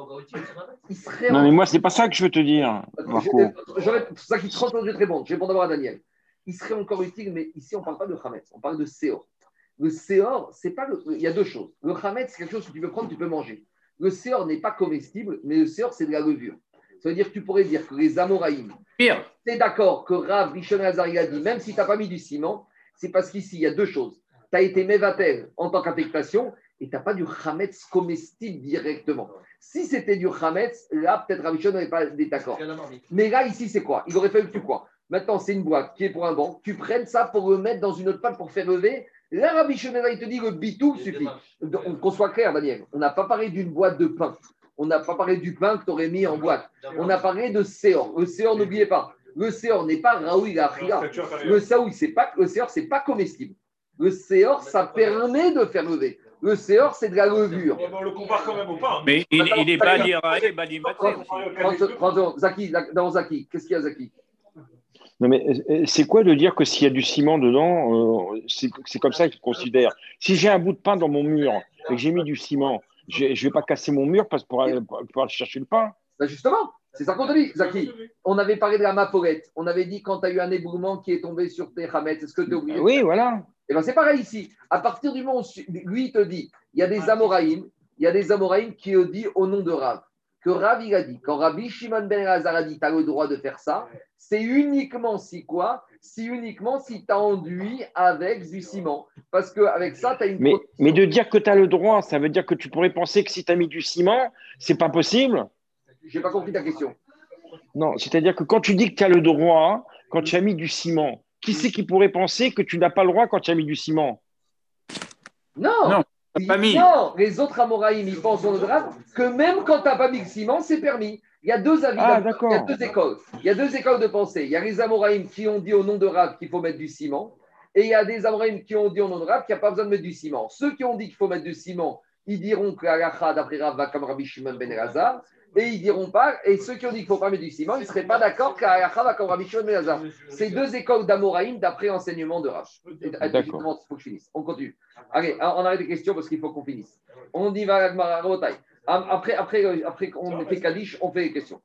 il serait. Non, mais moi, c'est pas ça que je veux te dire, Marco. C'est ça qui te rend je vais te répondre. Je réponds d'abord à Daniel. Il serait encore utile, mais ici, on ne parle pas de Khametz, on parle de Séor. Le Séor, c'est pas le... il y a deux choses. Le Khametz, c'est quelque chose que tu peux prendre, tu peux manger. Le Séor n'est pas comestible, mais le Séor, c'est de la levure. Ça veut dire que tu pourrais dire que les Amoraïm, pire, c'est d'accord que Rav Rishon Hazar a dit, même si tu n'as pas mis du ciment, c'est parce qu'ici, il y a deux choses. Tu as été Mevatel en tant qu'affectation et tu n'as pas du Khametz comestible directement. Si c'était du Khametz, là, peut-être Rav Rishon n'aurait pas été d'accord. Mais là, ici, c'est quoi? Il aurait fallu que tu quoi? Maintenant, c'est une boîte qui est pour un banc. Tu prennes ça pour le mettre dans une autre pâte pour faire lever. Là, Rabbi Shimon, il te dit le bitou suffit. Donc, qu'on soit clair, Daniel, on n'a pas parlé d'une boîte de pain. On n'a pas parlé du pain que tu aurais mis en boîte. On a parlé de séor. Le séor, n'oubliez pas, le séor n'est pas raoui la achila. Le séor, c'est pas, le séor, c'est pas comestible. Le séor, ça permet de faire lever. Le séor, c'est de la levure. On le compare quand même au pain. Mais il n'est pas liraé, balimaté aussi. trente secondes. Zaki, dans Zaki, qu'est-ce qu'il y a, Zaki? Non, mais c'est quoi de dire que s'il y a du ciment dedans, euh, c'est c'est comme ça que je considère. Si j'ai un bout de pain dans mon mur et que j'ai mis du ciment, je ne vais pas casser mon mur parce pour, aller- pour aller chercher le pain. Ben justement, c'est ça qu'on te dit, Zaki. On avait parlé de la maporette. On avait dit quand tu as eu un éboulement qui est tombé sur tes chamettes, est-ce que tu es obligé de Oui, faire? voilà. Eh bien, c'est pareil ici. À partir du moment où lui, il te dit, il y a des Amoraïm, il y a des Amoraïm qui le dit au nom de Rav. Que Rav, il a dit, quand Rabbi Shimon ben Elazar a dit, tu as le droit de faire ça, c'est uniquement si quoi? Si uniquement si tu as enduit avec du ciment. Parce qu'avec ça, tu as une Mais, protection. mais de dire que tu as le droit, ça veut dire que tu pourrais penser que si tu as mis du ciment, c'est pas possible. Je n'ai pas compris ta question. Non, c'est-à-dire que quand tu dis que tu as le droit, quand tu as mis du ciment, qui c'est qui pourrait penser que tu n'as pas le droit quand tu as mis du ciment? Non, Non, t'as pas mis. non, les autres Amoraïm, ils pensent au nom de Rav que même quand tu n'as pas mis le ciment, c'est permis. Il y a deux avis, Ah, il y a d'accord. deux écoles. Il y a deux écoles de pensée. Il y a les Amoraïm qui ont dit au nom de Rav qu'il faut mettre du ciment. Et il y a des Amoraïm qui ont dit au nom de Rav qu'il n'y a pas besoin de mettre du ciment. Ceux qui ont dit qu'il faut mettre du ciment, ils diront que l'alacha d'après Rav va comme Rabbi Shimon ben Elazar. Et ils diront pas. Et ceux qui ont dit qu'il ne faut pas mettre du ciment, ils ne seraient pas d'accord que l'alacha va comme Rabbi Shimon ben Elazar. C'est deux écoles d'Amoraïm d'après l'enseignement de Rav. Et- D'accord. justement, il faut que je finisse. On continue. Allez, on arrête les questions parce qu'il faut qu'on finisse. On y va à la Gemara, Rabotai. Après, après, après qu'on fait Kaddish, on fait les questions.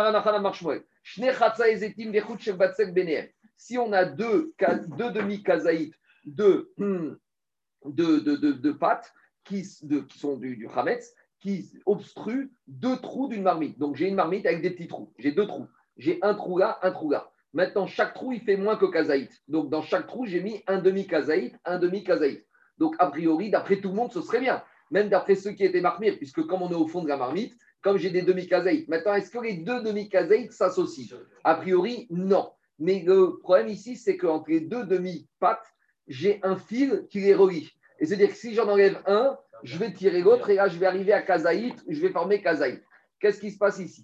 Si on a deux, deux demi-kazaïtes de, de, de, de, de pâtes qui, de, qui sont du, du chametz, qui obstruent deux trous d'une marmite. Donc j'ai une marmite avec des petits trous. J'ai deux trous. J'ai un trou là, un trou là. Maintenant, chaque trou, il fait moins que kazaït. Donc dans chaque trou, j'ai mis un demi-kazaït, un demi-kazaït. Donc a priori, d'après tout le monde, ce serait bien. Même d'après ceux qui étaient marmires, puisque comme on est au fond de la marmite, comme j'ai des demi-kazaïtes. Maintenant, est-ce que les deux demi-kazaïtes s'associent? A priori, non. Mais le problème ici, c'est qu'entre les deux demi-pattes, j'ai un fil qui les relie. Et c'est-à-dire que si j'en enlève un, je vais tirer l'autre et là, je vais arriver à kazaït, je vais former kazaït. Qu'est-ce qui se passe ici?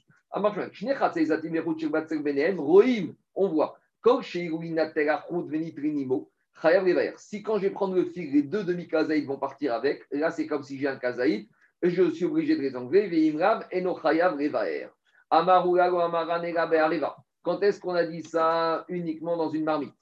On voit. Si quand je vais prendre le fil, les deux demi-kazaït vont partir avec, là, c'est comme si j'ai un kazaït. Et je suis obligé de les enlever. Quand est-ce qu'on a dit ça uniquement dans une marmite?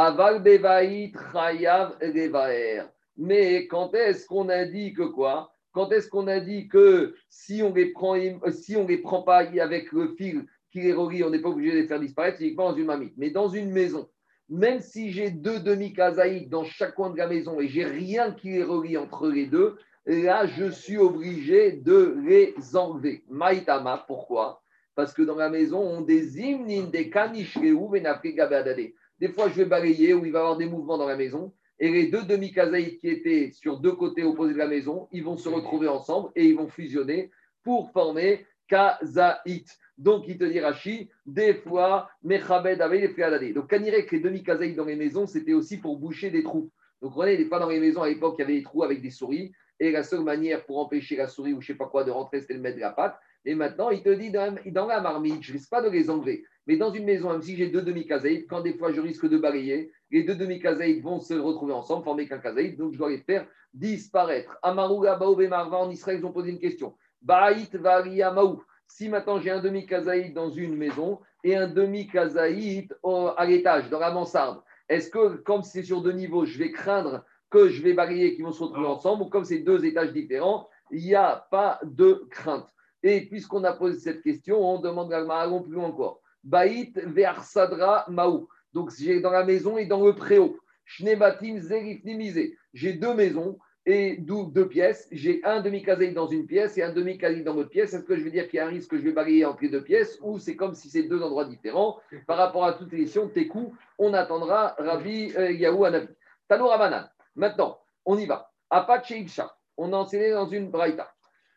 Mais quand est-ce qu'on a dit que quoi? Quand est-ce qu'on a dit que si on les prend, si on les prend pas avec le fil qui les relie, on n'est pas obligé de les faire disparaître, c'est uniquement dans une marmite. Mais dans une maison, même si j'ai deux demi-kazaïs dans chaque coin de la maison et j'ai rien qui les relie entre les deux, là, je suis obligé de les enlever. Maïtama, pourquoi? Parce que dans la maison, on désigne des kanishreou benafrigabadade. Des fois, je vais balayer où il va y avoir des mouvements dans la maison et les deux demi-kazaïs qui étaient sur deux côtés opposés de la maison, ils vont se retrouver ensemble et ils vont fusionner pour former kazaït. Donc, il te dit Rashi, des fois, mechabed avait les friadade. Donc, quand il dirait que les demi-kazaïs dans les maisons, c'était aussi pour boucher des trous. Donc, vous voyez, pas dans les maisons à l'époque, il y avait des trous avec des souris. Et la seule manière pour empêcher la souris ou je ne sais pas quoi de rentrer, c'était de mettre de la pâte. Et maintenant, il te dit dans, dans la marmite, je ne risque pas de les enlever. Mais dans une maison, même si j'ai deux demi-kazaïs, quand des fois je risque de balayer, les deux demi-kazaïs vont se retrouver ensemble, former qu'un kazaïd, donc je dois les faire disparaître. Amarouga, Baobe, Marva, en Israël, ils ont posé une question. Baït, Varia, Maou. Si maintenant j'ai un demi-kazaïd dans une maison et un demi-kazaïd à l'étage, dans la mansarde, est-ce que, comme c'est sur deux niveaux, je vais craindre que je vais balayer qui vont se retrouver ensemble, ou comme c'est deux étages différents, il n'y a pas de crainte. Et puisqu'on a posé cette question, on demande à Maharon plus loin encore. Baït ve'arsadra maou. Donc j'ai dans la maison et dans le préau. Shnebatim zerifnimizé. J'ai deux maisons et deux pièces. J'ai un demi-kazaïd dans une pièce et un demi-kazaïd dans l'autre pièce. Est-ce que je veux dire qu'il y a un risque que je vais balayer entre les deux pièces ou c'est comme si c'est deux endroits différents? Par rapport à toutes les questions, Tekou, on attendra Rabbi euh, Yahou Anavi. Tano Rabanan. Maintenant, on y va. Apache Ibsha. On a enseigné dans une braïta.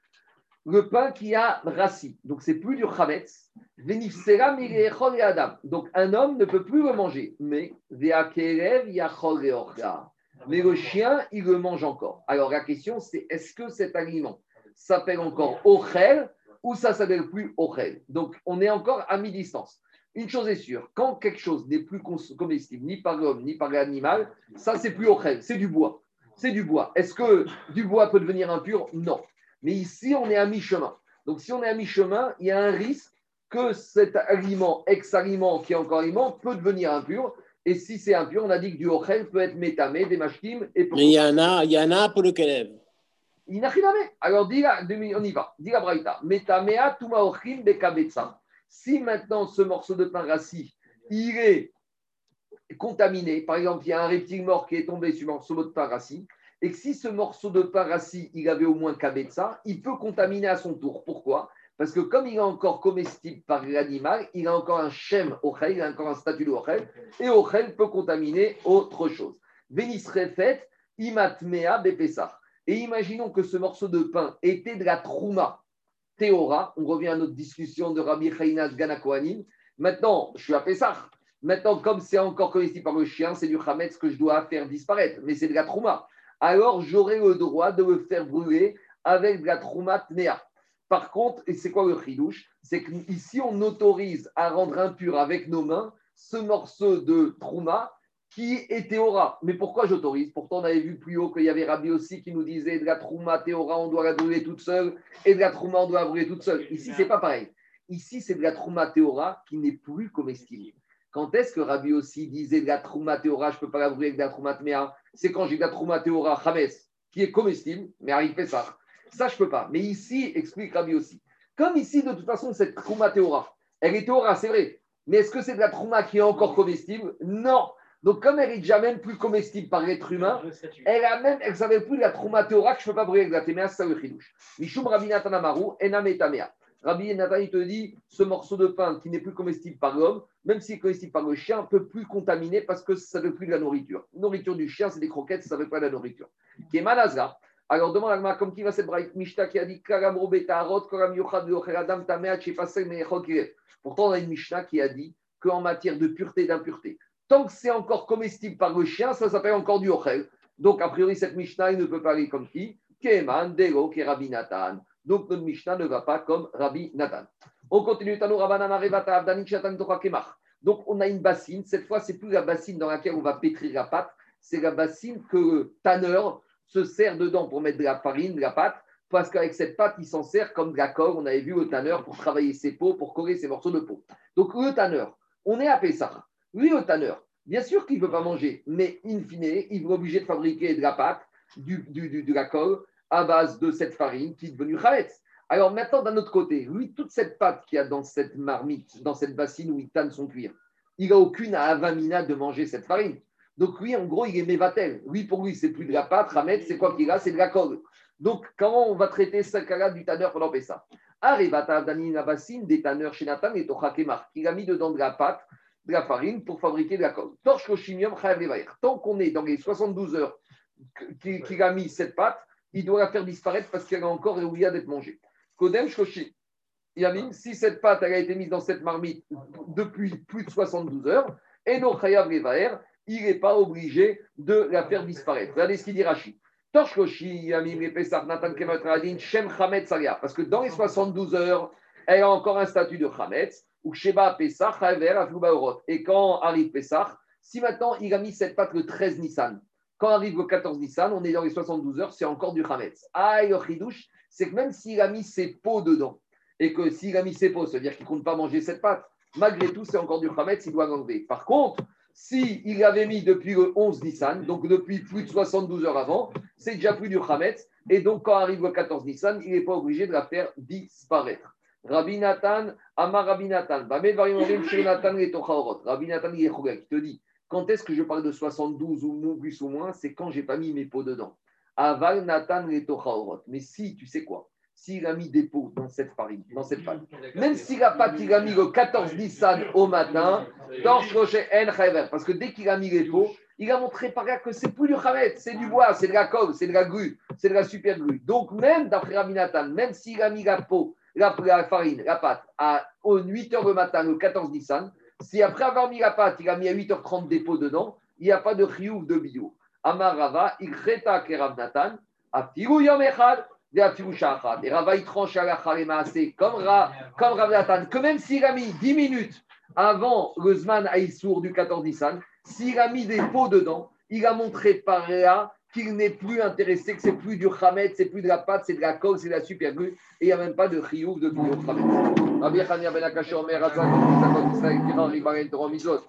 Le pain qui a rassis, donc c'est plus du chametz. Venifsera mirechol et adam. Donc un homme ne peut plus le manger. Mais veakerev yachol reochla. mais le chien, il le mange encore. Alors la question, c'est est-ce que cet aliment s'appelle encore ochel ou ça s'appelle plus ochel? Donc on est encore à mi-distance. Une chose est sûre, quand quelque chose n'est plus cons- comestible ni par l'homme ni par l'animal, ça c'est plus ochel, c'est du bois. C'est du bois. Est-ce que du bois peut devenir impur? Non. Mais ici, on est à mi-chemin. Donc si on est à mi-chemin, il y a un risque que cet aliment, ex-aliment qui est encore aliment, peut devenir impur. Et si c'est impur, on a dit que du ochel peut être métamé, des mashkim et Mais il y en a, il y en a pour le Kelev. Inachiname. Alors, dis la, on y va. Dis la braïta. Metamea tuma ochim bekabetsa. Si maintenant ce morceau de pain rassis, il est contaminé, par exemple, il y a un reptile mort qui est tombé sur un morceau de pain rassis, et que si ce morceau de pain rassis, il avait au moins kabetsa, il peut contaminer à son tour. Pourquoi? Parce que comme il est encore comestible par l'animal, il a encore un shem ochel, il a encore un statut de ochel, et ochel peut contaminer autre chose. Vénis refet, imatmea bepesach. Et imaginons que ce morceau de pain était de la trouma théora. On revient à notre discussion de Rabbi Chaïnas Gana Kohanim. Maintenant, je suis à Pessah. Maintenant, comme c'est encore comestible par le chien, c'est du chametz que je dois faire disparaître, mais c'est de la trouma. Alors, j'aurai le droit de le faire brûler avec de la trouma tnéa. Par contre, et c'est quoi le chidouche? C'est qu'ici, on autorise à rendre impur avec nos mains ce morceau de trouma qui est théora. Mais pourquoi j'autorise? Pourtant, on avait vu plus haut qu'il y avait Rabbi aussi qui nous disait de la trouma théora, on doit la brûler toute seule, et de la trouma, on doit la brûler toute seule. Ici, c'est pas pareil. Ici, c'est de la trouma théora qui n'est plus comestible. Quand est-ce que Rabbi aussi disait de la trouma théora, je ne peux pas la brûler avec de la trouma tméa? C'est quand j'ai de la trouma théora chames, qui est comestible, mais arrive Pessah. Ça, je ne peux pas. Mais ici, explique Rabbi aussi. Comme ici, de toute façon, cette trouma théora, elle est théora, c'est vrai. Mais est-ce que c'est de la trouma qui est encore comestible? Non. Donc, comme elle est déjà même plus comestible par l'être humain, elle a même, elle ne savait plus de la trouma théora que je ne peux pas brûler avec de la tméa, c'est ça le chidouche. Mishum Rabbi Natan Amaru, enam etamea. Rabbi Nathan, il te dit, ce morceau de pain qui n'est plus comestible par l'homme, même s'il est comestible par le chien, ne peut plus contaminer parce que ça ne veut plus de la nourriture. La nourriture du chien, c'est des croquettes, ça ne veut pas de la nourriture. Qui est malazra. Alors demande à comme qui va cette braït Mishta qui a dit Karam Robeta Arot, Karam Yochad Yocheradam Tamea, Chepasel Mechokir. Pourtant, on a une Mishnah qui a dit qu'en matière de pureté et d'impureté, tant que c'est encore comestible par le chien, ça s'appelle encore du Ochel. Donc, a priori, cette Mishnah, il ne peut pas aller comme qui? Keman, Dego, Rabbi Nathan. Donc, notre Mishnah ne va pas comme Rabbi Nathan. On continue. Donc, on a une bassine. Cette fois, ce n'est plus la bassine dans laquelle on va pétrir la pâte. C'est la bassine que le tanneur se sert dedans pour mettre de la farine, de la pâte. Parce qu'avec cette pâte, il s'en sert comme de la colle. On avait vu le tanneur pour travailler ses peaux, pour coller ses morceaux de peau. Donc, le tanneur, on est à Pessah. Lui, le tanneur, bien sûr qu'il ne peut pas manger, mais in fine, il est obligé de fabriquer de la pâte, du, du, du, de la colle, à base de cette farine qui est devenue chaletz. Alors maintenant, d'un autre côté, lui, toute cette pâte qu'il y a dans cette marmite, dans cette bassine où il tanne son cuir, il n'a aucune à avamina de manger cette farine. Donc lui, en gros, il est mévatel. Lui, pour lui, c'est plus de la pâte, ramet, c'est quoi qu'il a? C'est de la colle. Donc, comment on va traiter ce cas-là du tanneur pendant Pessah? Arivata Dani la bassine des tanneurs chez Nathan et Tochakemar, qu'il a mis dedans de la pâte, de la farine pour fabriquer de la colle. Torche Koshimium Chayav Levaïr. Tant qu'on est dans les soixante-douze heures qu'il a mis cette pâte, il doit la faire disparaître parce qu'elle a encore oublié d'être mangée. Kodem Shkoshi, Yamim, si cette pâte elle a été mise dans cette marmite depuis plus de soixante-douze heures, et non Chayav Levaer, il n'est pas obligé de la faire disparaître. Regardez ce qu'il dit Rashi. Torshkoshi, Yamim, les Pesach, Nathan Kematradin, Shem Chametz Salia. Parce que dans les soixante-douze heures, elle a encore un statut de Chametz, ou Sheba Pesach, Chaver, Aflouba Orot. Et quand arrive Pesach, si maintenant il a mis cette pâte le treize Nissan, quand arrive le quatorze Nissan, on est dans les soixante-douze heures, c'est encore du Chametz. Ah, et le chidouche, c'est que même s'il a mis ses peaux dedans, et que s'il a mis ses peaux, ça veut dire qu'il ne compte pas manger cette pâte, malgré tout, c'est encore du Chametz, il doit l'enlever. Par contre, s'il l'avait mis depuis le onze Nissan, donc depuis plus de soixante-douze heures avant, c'est déjà plus du Chametz, et donc quand arrive le quatorze Nissan, il n'est pas obligé de la faire disparaître. Rabbi Nathan, Amar Rabbi Nathan, Rabbi Nathan, il te dit, quand est-ce que je parle de soixante-douze ou plus ou moins, c'est quand je n'ai pas mis mes peaux dedans. Aval Nathan Retochaorot. Mais si, tu sais quoi? S'il a mis des peaux dans cette farine, dans cette pâte, même si la pâte il a mis le quatorze Nissan au matin, parce que dès qu'il a mis les peaux, il a montré par là que c'est plus du chametz, c'est du bois, c'est de la colle, c'est de la grue, c'est de la super grue. Donc même d'après Rabbi Nathan, même s'il a mis la peau, la, la farine, la pâte à huit heures le matin, le quatorze Nissan, si après avoir mis la pâte, il a mis à huit heures trente des pots dedans, il n'y a pas de chiouf de bio. Amar Rava, Ikreta Kerav Natan, Afiru Yom Echad, De Afiru Shachad. Et Rava, il tranche à la Khalemaase, comme, Ra, comme Rav Natan, que même s'il a mis dix minutes avant le Zman Aïsour du quatorze Nissan, s'il a mis des pots dedans, il a montré par là qu'il n'est plus intéressé, que c'est plus du Khamet, c'est plus de la pâte, c'est de la colle, c'est de la superglue, et il n'y a même pas de Chiyuv de Khamet.